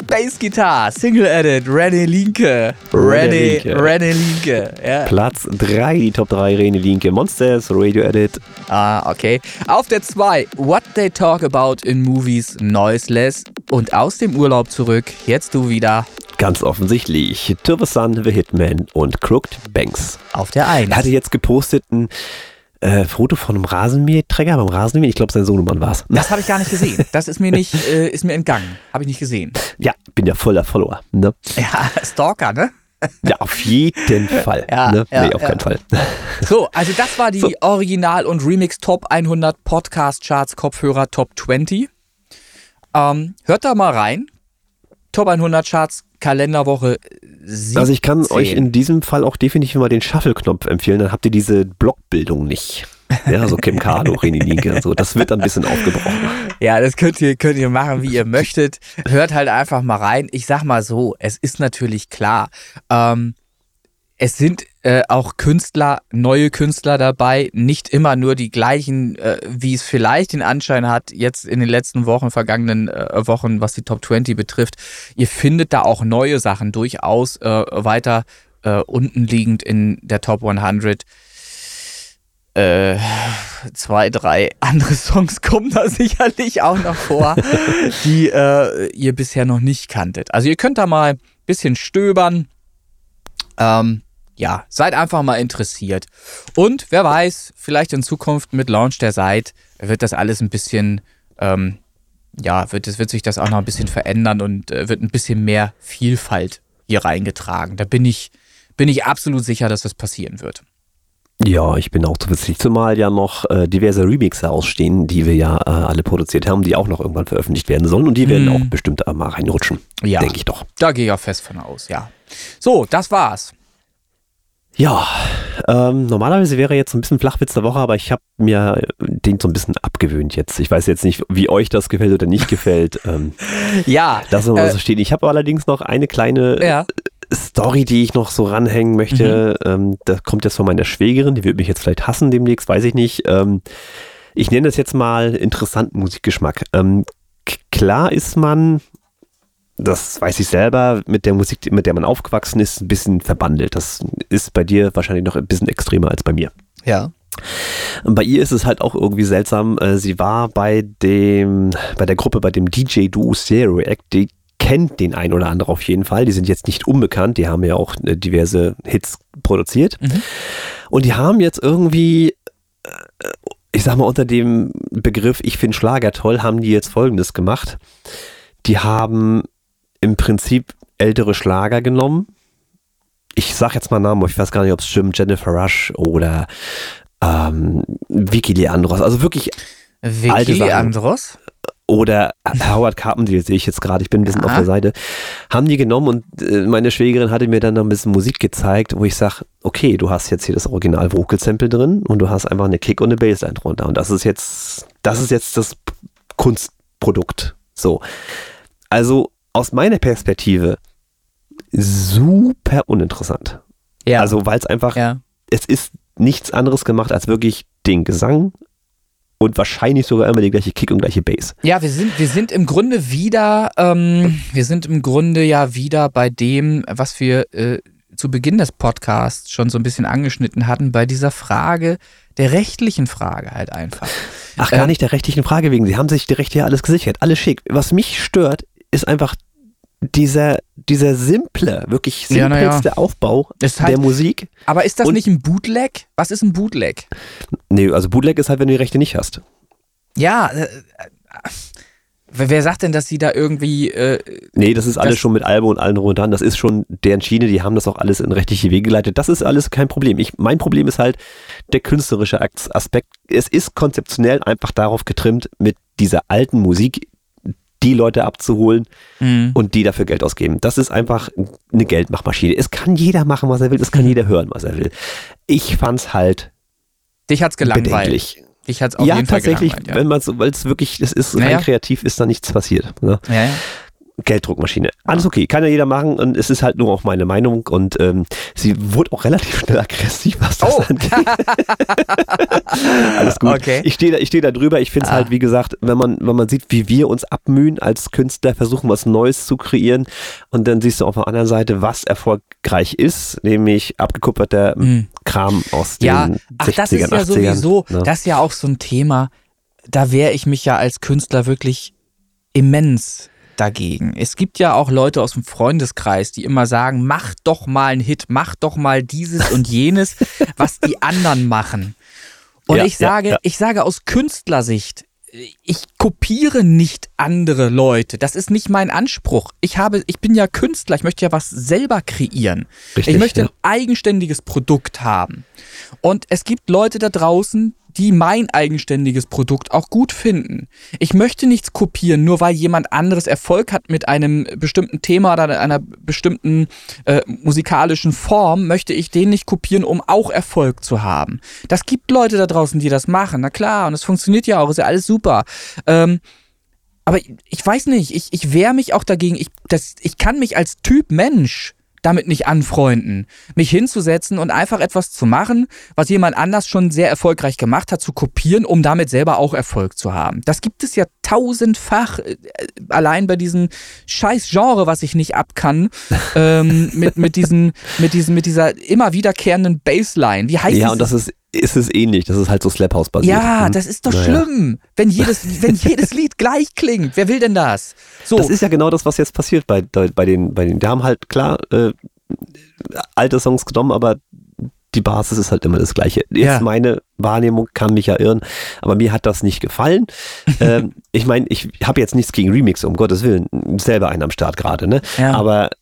Bass Guitar, Single Edit, René Linke. René, René Linke. Ja. Platz drei, die Top drei, René Linke. Monsters, Radio Edit. Ah, okay. Auf der zwei, What They Talk About in Movies, Noiseless. Und aus dem Urlaub zurück, jetzt du wieder. Ganz offensichtlich, Turbo Sun, The Hitman und Crooked Banks. Auf der eins. Er hatte jetzt gepostet ein äh, Foto von einem Rasenmäherträger beim Rasenmähen. Ich glaube, sein Sohnemann war es. Das habe ich gar nicht gesehen. Das ist mir nicht, äh, ist mir entgangen. Habe ich nicht gesehen. Ja, bin ja voller Follower. Ne? Ja, Stalker, ne? Ja, auf jeden Fall. Ja, ne? ja, nee, auf ja. keinen Fall. So, also das war die So. Original- und Remix Top hundert Podcast Charts Kopfhörer Top zwanzig. Ähm, hört da mal rein. Top hundert Charts Kalenderwoche siebzehn. Also ich kann euch in diesem Fall auch definitiv mal den Shuffle-Knopf empfehlen, dann habt ihr diese Blockbildung nicht. Ja, so Kim Carlo, René Linke und so. Das wird dann ein bisschen aufgebrochen. Ja, das könnt ihr, könnt ihr machen, wie ihr möchtet. Hört halt einfach mal rein. Ich sag mal so, es ist natürlich klar, ähm, es sind äh, auch Künstler, neue Künstler dabei, nicht immer nur die gleichen, äh, wie es vielleicht den Anschein hat, jetzt in den letzten Wochen, vergangenen äh, Wochen, was die Top zwanzig betrifft. Ihr findet da auch neue Sachen durchaus äh, weiter äh, unten liegend in der Top hundert. Äh, zwei, drei andere Songs kommen da sicherlich auch noch vor, die äh, ihr bisher noch nicht kanntet. Also ihr könnt da mal ein bisschen stöbern. Ähm, ja, seid einfach mal interessiert. Und wer weiß, vielleicht in Zukunft mit Launch der Seite wird das alles ein bisschen, ähm, ja, wird, es wird sich das auch noch ein bisschen verändern und äh, wird ein bisschen mehr Vielfalt hier reingetragen. Da bin ich, bin ich absolut sicher, dass das passieren wird. Ja, ich bin auch zuversichtlich, zumal ja noch äh, diverse Remixer ausstehen, die wir ja äh, alle produziert haben, die auch noch irgendwann veröffentlicht werden sollen und die werden Mm. auch bestimmt äh, mal reinrutschen, Ja. denke ich doch. Da gehe ich auch fest von aus, ja. So, das war's. Ja, ähm, normalerweise wäre jetzt ein bisschen Flachwitz der Woche, aber ich habe mir den so ein bisschen abgewöhnt jetzt. Ich weiß jetzt nicht, wie euch das gefällt oder nicht gefällt. Ähm, Ja. das soll mal äh, so stehen. Ich habe allerdings noch eine kleine Ja. Story, die ich noch so ranhängen möchte. Mhm. Ähm, das kommt jetzt von meiner Schwägerin, die wird mich jetzt vielleicht hassen demnächst, weiß ich nicht. Ähm, ich nenne das jetzt mal interessanten Musikgeschmack. Ähm, k- klar ist man, das weiß ich selber, mit der Musik, mit der man aufgewachsen ist, ein bisschen verbandelt. Das ist bei dir wahrscheinlich noch ein bisschen extremer als bei mir. Ja. Und bei ihr ist es halt auch irgendwie seltsam. äh, Sie war bei dem, bei der Gruppe, bei dem D J-Duo Stereo Act, die kennt den ein oder anderen auf jeden Fall. Die sind jetzt nicht unbekannt, die haben ja auch äh, diverse Hits produziert. Mhm. Und die haben jetzt irgendwie, äh, ich sag mal unter dem Begriff Ich finde Schlager toll, haben die jetzt Folgendes gemacht. Die haben im Prinzip ältere Schlager genommen. Ich sag jetzt mal Namen, ich weiß gar nicht, ob es stimmt, Jennifer Rush oder ähm, Vicky Leandros, also wirklich Vicky alte Sachen. Leandros? Oder Howard Carpendale sehe ich jetzt gerade, ich bin ein bisschen Ja. auf der Seite, haben die genommen und äh, meine Schwägerin hatte mir dann noch ein bisschen Musik gezeigt, wo ich sage, okay, du hast jetzt hier das Original Vocal Sample drin und du hast einfach eine Kick und eine Bassline drunter und das ist jetzt, das ist jetzt das Kunstprodukt. So. Also aus meiner Perspektive super uninteressant. Ja. Also weil es einfach, ja. es ist nichts anderes gemacht als wirklich den Gesang und wahrscheinlich sogar immer die gleiche Kick und gleiche Bass. Ja, wir sind, wir sind im Grunde wieder, ähm, wir sind im Grunde ja wieder bei dem, was wir äh, zu Beginn des Podcasts schon so ein bisschen angeschnitten hatten, bei dieser Frage, der rechtlichen Frage halt einfach. Ach, gar Ähm, nicht der rechtlichen Frage wegen. Sie haben sich die Rechte ja alles gesichert. Alles schick. Was mich stört, ist einfach dieser, dieser simple, wirklich Ja, na ja. simpelste Aufbau Ist halt- der Musik. Aber ist das Und- nicht ein Bootleg? Was ist ein Bootleg? Nee, also Bootleg ist halt, wenn du die Rechte nicht hast. Ja, äh, äh, wer wer sagt denn, dass sie da irgendwie, äh, Nee, das ist alles Das- schon mit Albe und allen runter. Das ist schon deren Schiene, die haben das auch alles in rechtliche Wege geleitet. Das ist alles kein Problem. Ich, mein Problem ist halt der künstlerische As- Aspekt. Es ist konzeptionell einfach darauf getrimmt, mit dieser alten Musik die Leute abzuholen mh. und die dafür Geld ausgeben. Das ist einfach eine Geldmachmaschine. Es kann jeder machen, was er will. Es kann jeder hören, was er will. Ich fand's halt Dich hat's gelangweilt. bedenklich. Dich hat's auf Ja, jeden Fall tatsächlich, gelangweilt. wenn man so, weil es wirklich, es ist Naja. rein kreativ, ist da nichts passiert. Ne? Ja, ja. Gelddruckmaschine. Alles okay, kann ja jeder machen und es ist halt nur auch meine Meinung und ähm, sie wurde auch relativ schnell aggressiv, was das Oh. angeht. Alles gut. Okay. Ich stehe da, ich stehe da drüber. Ich finde es Ah. halt, wie gesagt, wenn man, wenn man sieht, wie wir uns abmühen als Künstler, versuchen was Neues zu kreieren und dann siehst du auf der anderen Seite, was erfolgreich ist, nämlich abgekupferter Mhm. Kram aus den Ja, ach, das ist sechzigern, ja achtzigern. sowieso, ne? das ist ja auch so ein Thema, da wehre ich mich ja als Künstler wirklich immens dagegen. Es gibt ja auch Leute aus dem Freundeskreis, die immer sagen, mach doch mal einen Hit, mach doch mal dieses und jenes, was die anderen machen. Und Ja, ich sage, ja, ja. ich sage aus Künstlersicht, ich kopiere nicht andere Leute. Das ist nicht mein Anspruch. Ich habe, ich bin ja Künstler, ich möchte ja was selber kreieren. Richtig, ich möchte ja. ein eigenständiges Produkt haben. Und es gibt Leute da draußen, die mein eigenständiges Produkt auch gut finden. Ich möchte nichts kopieren, nur weil jemand anderes Erfolg hat mit einem bestimmten Thema oder einer bestimmten äh, musikalischen Form, möchte ich den nicht kopieren, um auch Erfolg zu haben. Das gibt Leute da draußen, die das machen, na klar, und es funktioniert ja auch, ist ja alles super. Ähm, aber ich, ich weiß nicht, ich, ich wehre mich auch dagegen, ich, das, ich kann mich als Typ Mensch damit nicht anfreunden, mich hinzusetzen und einfach etwas zu machen, was jemand anders schon sehr erfolgreich gemacht hat, zu kopieren, um damit selber auch Erfolg zu haben. Das gibt es ja tausendfach, äh, allein bei diesem scheiß Genre, was ich nicht ab kann, ähm, mit, mit, diesen, mit, diesen, mit dieser immer wiederkehrenden Bassline. Wie heißt Ja, das? und das ist, ist es ähnlich. Das ist halt so Slap House basiert. Ja, Hm. das ist doch Naja. schlimm, wenn jedes, wenn jedes Lied gleich klingt. Wer will denn das? So. Das ist ja genau das, was jetzt passiert bei, bei den, bei den. Die haben halt klar äh, alte Songs genommen, aber die Basis ist halt immer das Gleiche. Jetzt Ja. meine Wahrnehmung kann mich ja irren, aber mir hat das nicht gefallen. ähm, ich meine, ich habe jetzt nichts gegen Remix, um Gottes Willen, selber einen am Start gerade, ne? Ja. Aber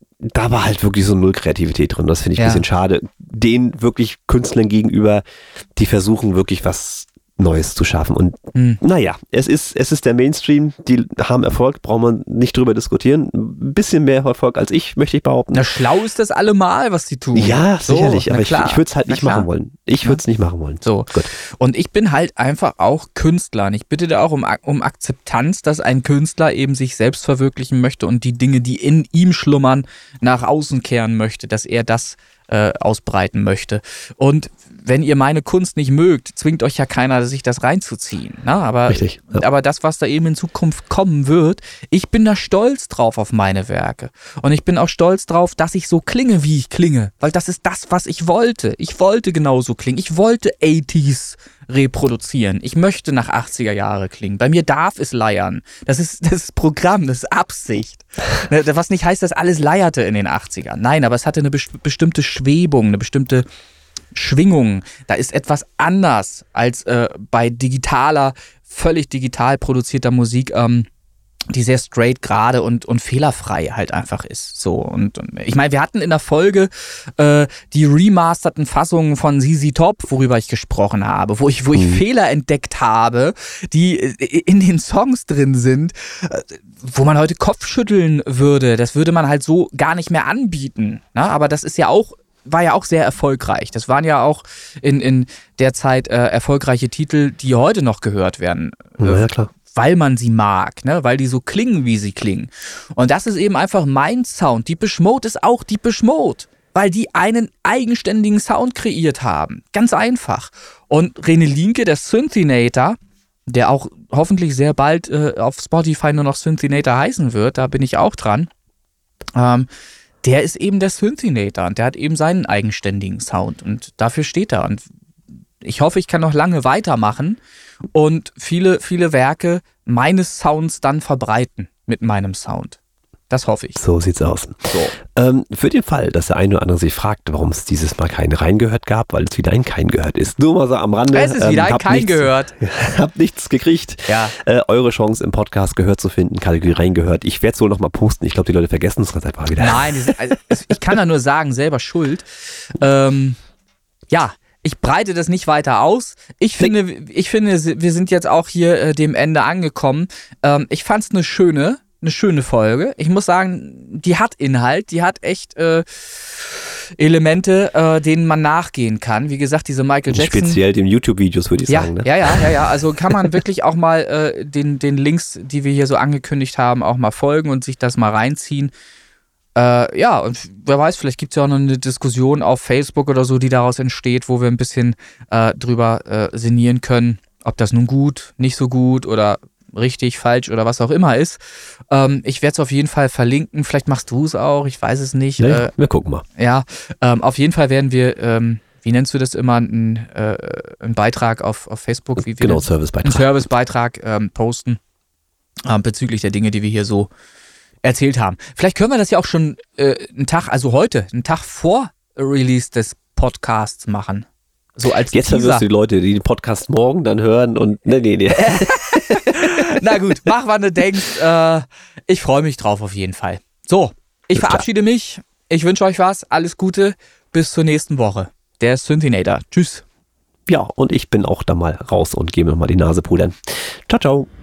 da war halt wirklich so null Kreativität drin. Das finde ich ein Ja. bisschen schade. Den wirklich Künstlern gegenüber, die versuchen wirklich was Neues zu schaffen. Und Hm. naja, es ist, es ist der Mainstream, die haben Erfolg, brauchen wir nicht drüber diskutieren. Ein bisschen mehr Erfolg als ich, möchte ich behaupten. Na, schlau ist das allemal, was sie tun. Ja, So, sicherlich, na aber ich, klar, ich würde es halt na nicht klar. machen wollen. Ich würde es nicht machen wollen. So. Gut. Und ich bin halt einfach auch Künstler. Und ich bitte da auch um, Ak- um Akzeptanz, dass ein Künstler eben sich selbst verwirklichen möchte und die Dinge, die in ihm schlummern, nach außen kehren möchte, dass er das äh, ausbreiten möchte. Und wenn ihr meine Kunst nicht mögt, zwingt euch ja keiner, sich das reinzuziehen. Ne? Aber, Richtig, ja. aber das, was da eben in Zukunft kommen wird, ich bin da stolz drauf auf meine Werke. Und ich bin auch stolz drauf, dass ich so klinge, wie ich klinge. Weil das ist das, was ich wollte. Ich wollte genauso klingen. Ich wollte achtziger reproduzieren. Ich möchte nach achtziger Jahre klingen. Bei mir darf es leiern. Das ist das ist Programm, das ist Absicht. Ne, was nicht heißt, dass alles leierte in den achtzigern. Nein, aber es hatte eine bes- bestimmte Schwebung, eine bestimmte Schwingung. Da ist etwas anders als äh, bei digitaler, völlig digital produzierter Musik, ähm, die sehr straight, gerade und, und fehlerfrei halt einfach ist. So, und, und ich meine, wir hatten in der Folge äh, die remasterten Fassungen von Z Z Top, worüber ich gesprochen habe, wo ich, wo ich Mhm. Fehler entdeckt habe, die in den Songs drin sind, äh, wo man heute Kopfschütteln würde. Das würde man halt so gar nicht mehr anbieten. Ne? Aber das ist ja auch war ja auch sehr erfolgreich. Das waren ja auch in, in der Zeit äh, erfolgreiche Titel, die heute noch gehört werden. Na Äh, ja, klar. weil man sie mag, ne? Weil die so klingen, wie sie klingen. Und das ist eben einfach mein Sound. Depeche Mode ist auch Depeche Mode, weil die einen eigenständigen Sound kreiert haben. Ganz einfach. Und René Linke, der Synthinator, der auch hoffentlich sehr bald äh, auf Spotify nur noch Synthinator heißen wird, da bin ich auch dran, ähm, der ist eben der Synthinator und der hat eben seinen eigenständigen Sound und dafür steht er. Und ich hoffe, ich kann noch lange weitermachen und viele, viele Werke meines Sounds dann verbreiten mit meinem Sound. Das hoffe ich. So sieht's aus. So. Ähm, für den Fall, dass der eine oder andere sich fragt, warum es dieses Mal kein Reingehört gab, weil es wieder ein Kein gehört ist. Nur mal so am Rande. Es ist wieder ein habt Kein nichts, gehört. Habt nichts gekriegt. Ja. Äh, eure Chance im Podcast gehört zu finden, Kategorie Reingehört. Ich werde es wohl noch mal posten. Ich glaube, die Leute vergessen es ganz einfach wieder. Nein, die sind, also, es- ich kann da nur sagen, selber schuld. Ähm, ja, ich breite das nicht weiter aus. Ich finde, ich finde, wir sind jetzt auch hier äh, dem Ende angekommen. Ähm, ich fand es eine schöne eine schöne Folge. Ich muss sagen, die hat Inhalt, die hat echt äh, Elemente, äh, denen man nachgehen kann. Wie gesagt, diese Michael Jackson. Speziell den YouTube-Videos, würde ich ja, sagen. Ne? Ja, ja, ja, ja. Also kann man wirklich auch mal äh, den, den Links, die wir hier so angekündigt haben, auch mal folgen und sich das mal reinziehen. Äh, ja, und wer weiß, vielleicht gibt es ja auch noch eine Diskussion auf Facebook oder so, die daraus entsteht, wo wir ein bisschen äh, drüber äh, sinnieren können, ob das nun gut, nicht so gut oder richtig, falsch oder was auch immer ist. Ähm, ich werde es auf jeden Fall verlinken. Vielleicht machst du es auch, ich weiß es nicht. Ja, äh, wir gucken mal. Ja, ähm, auf jeden Fall werden wir, ähm, wie nennst du das immer, einen, äh, einen Beitrag auf, auf Facebook? Wie wir genau, einen Servicebeitrag. Einen Servicebeitrag ähm, posten äh, bezüglich der Dinge, die wir hier so erzählt haben. Vielleicht können wir das ja auch schon äh, einen Tag, also heute, einen Tag vor Release des Podcasts machen. So als Jetzt verwirrst du die Leute, die den Podcast morgen dann hören und nee, nee, nee. Na gut, mach, wann du denkst. Äh, ich freue mich drauf auf jeden Fall. So, ich Ist verabschiede klar. mich. Ich wünsche euch was. Alles Gute. Bis zur nächsten Woche. Der Synthinator. Tschüss. Ja, und ich bin auch da mal raus und gehe mir nochmal die Nase pudern. Ciao, ciao.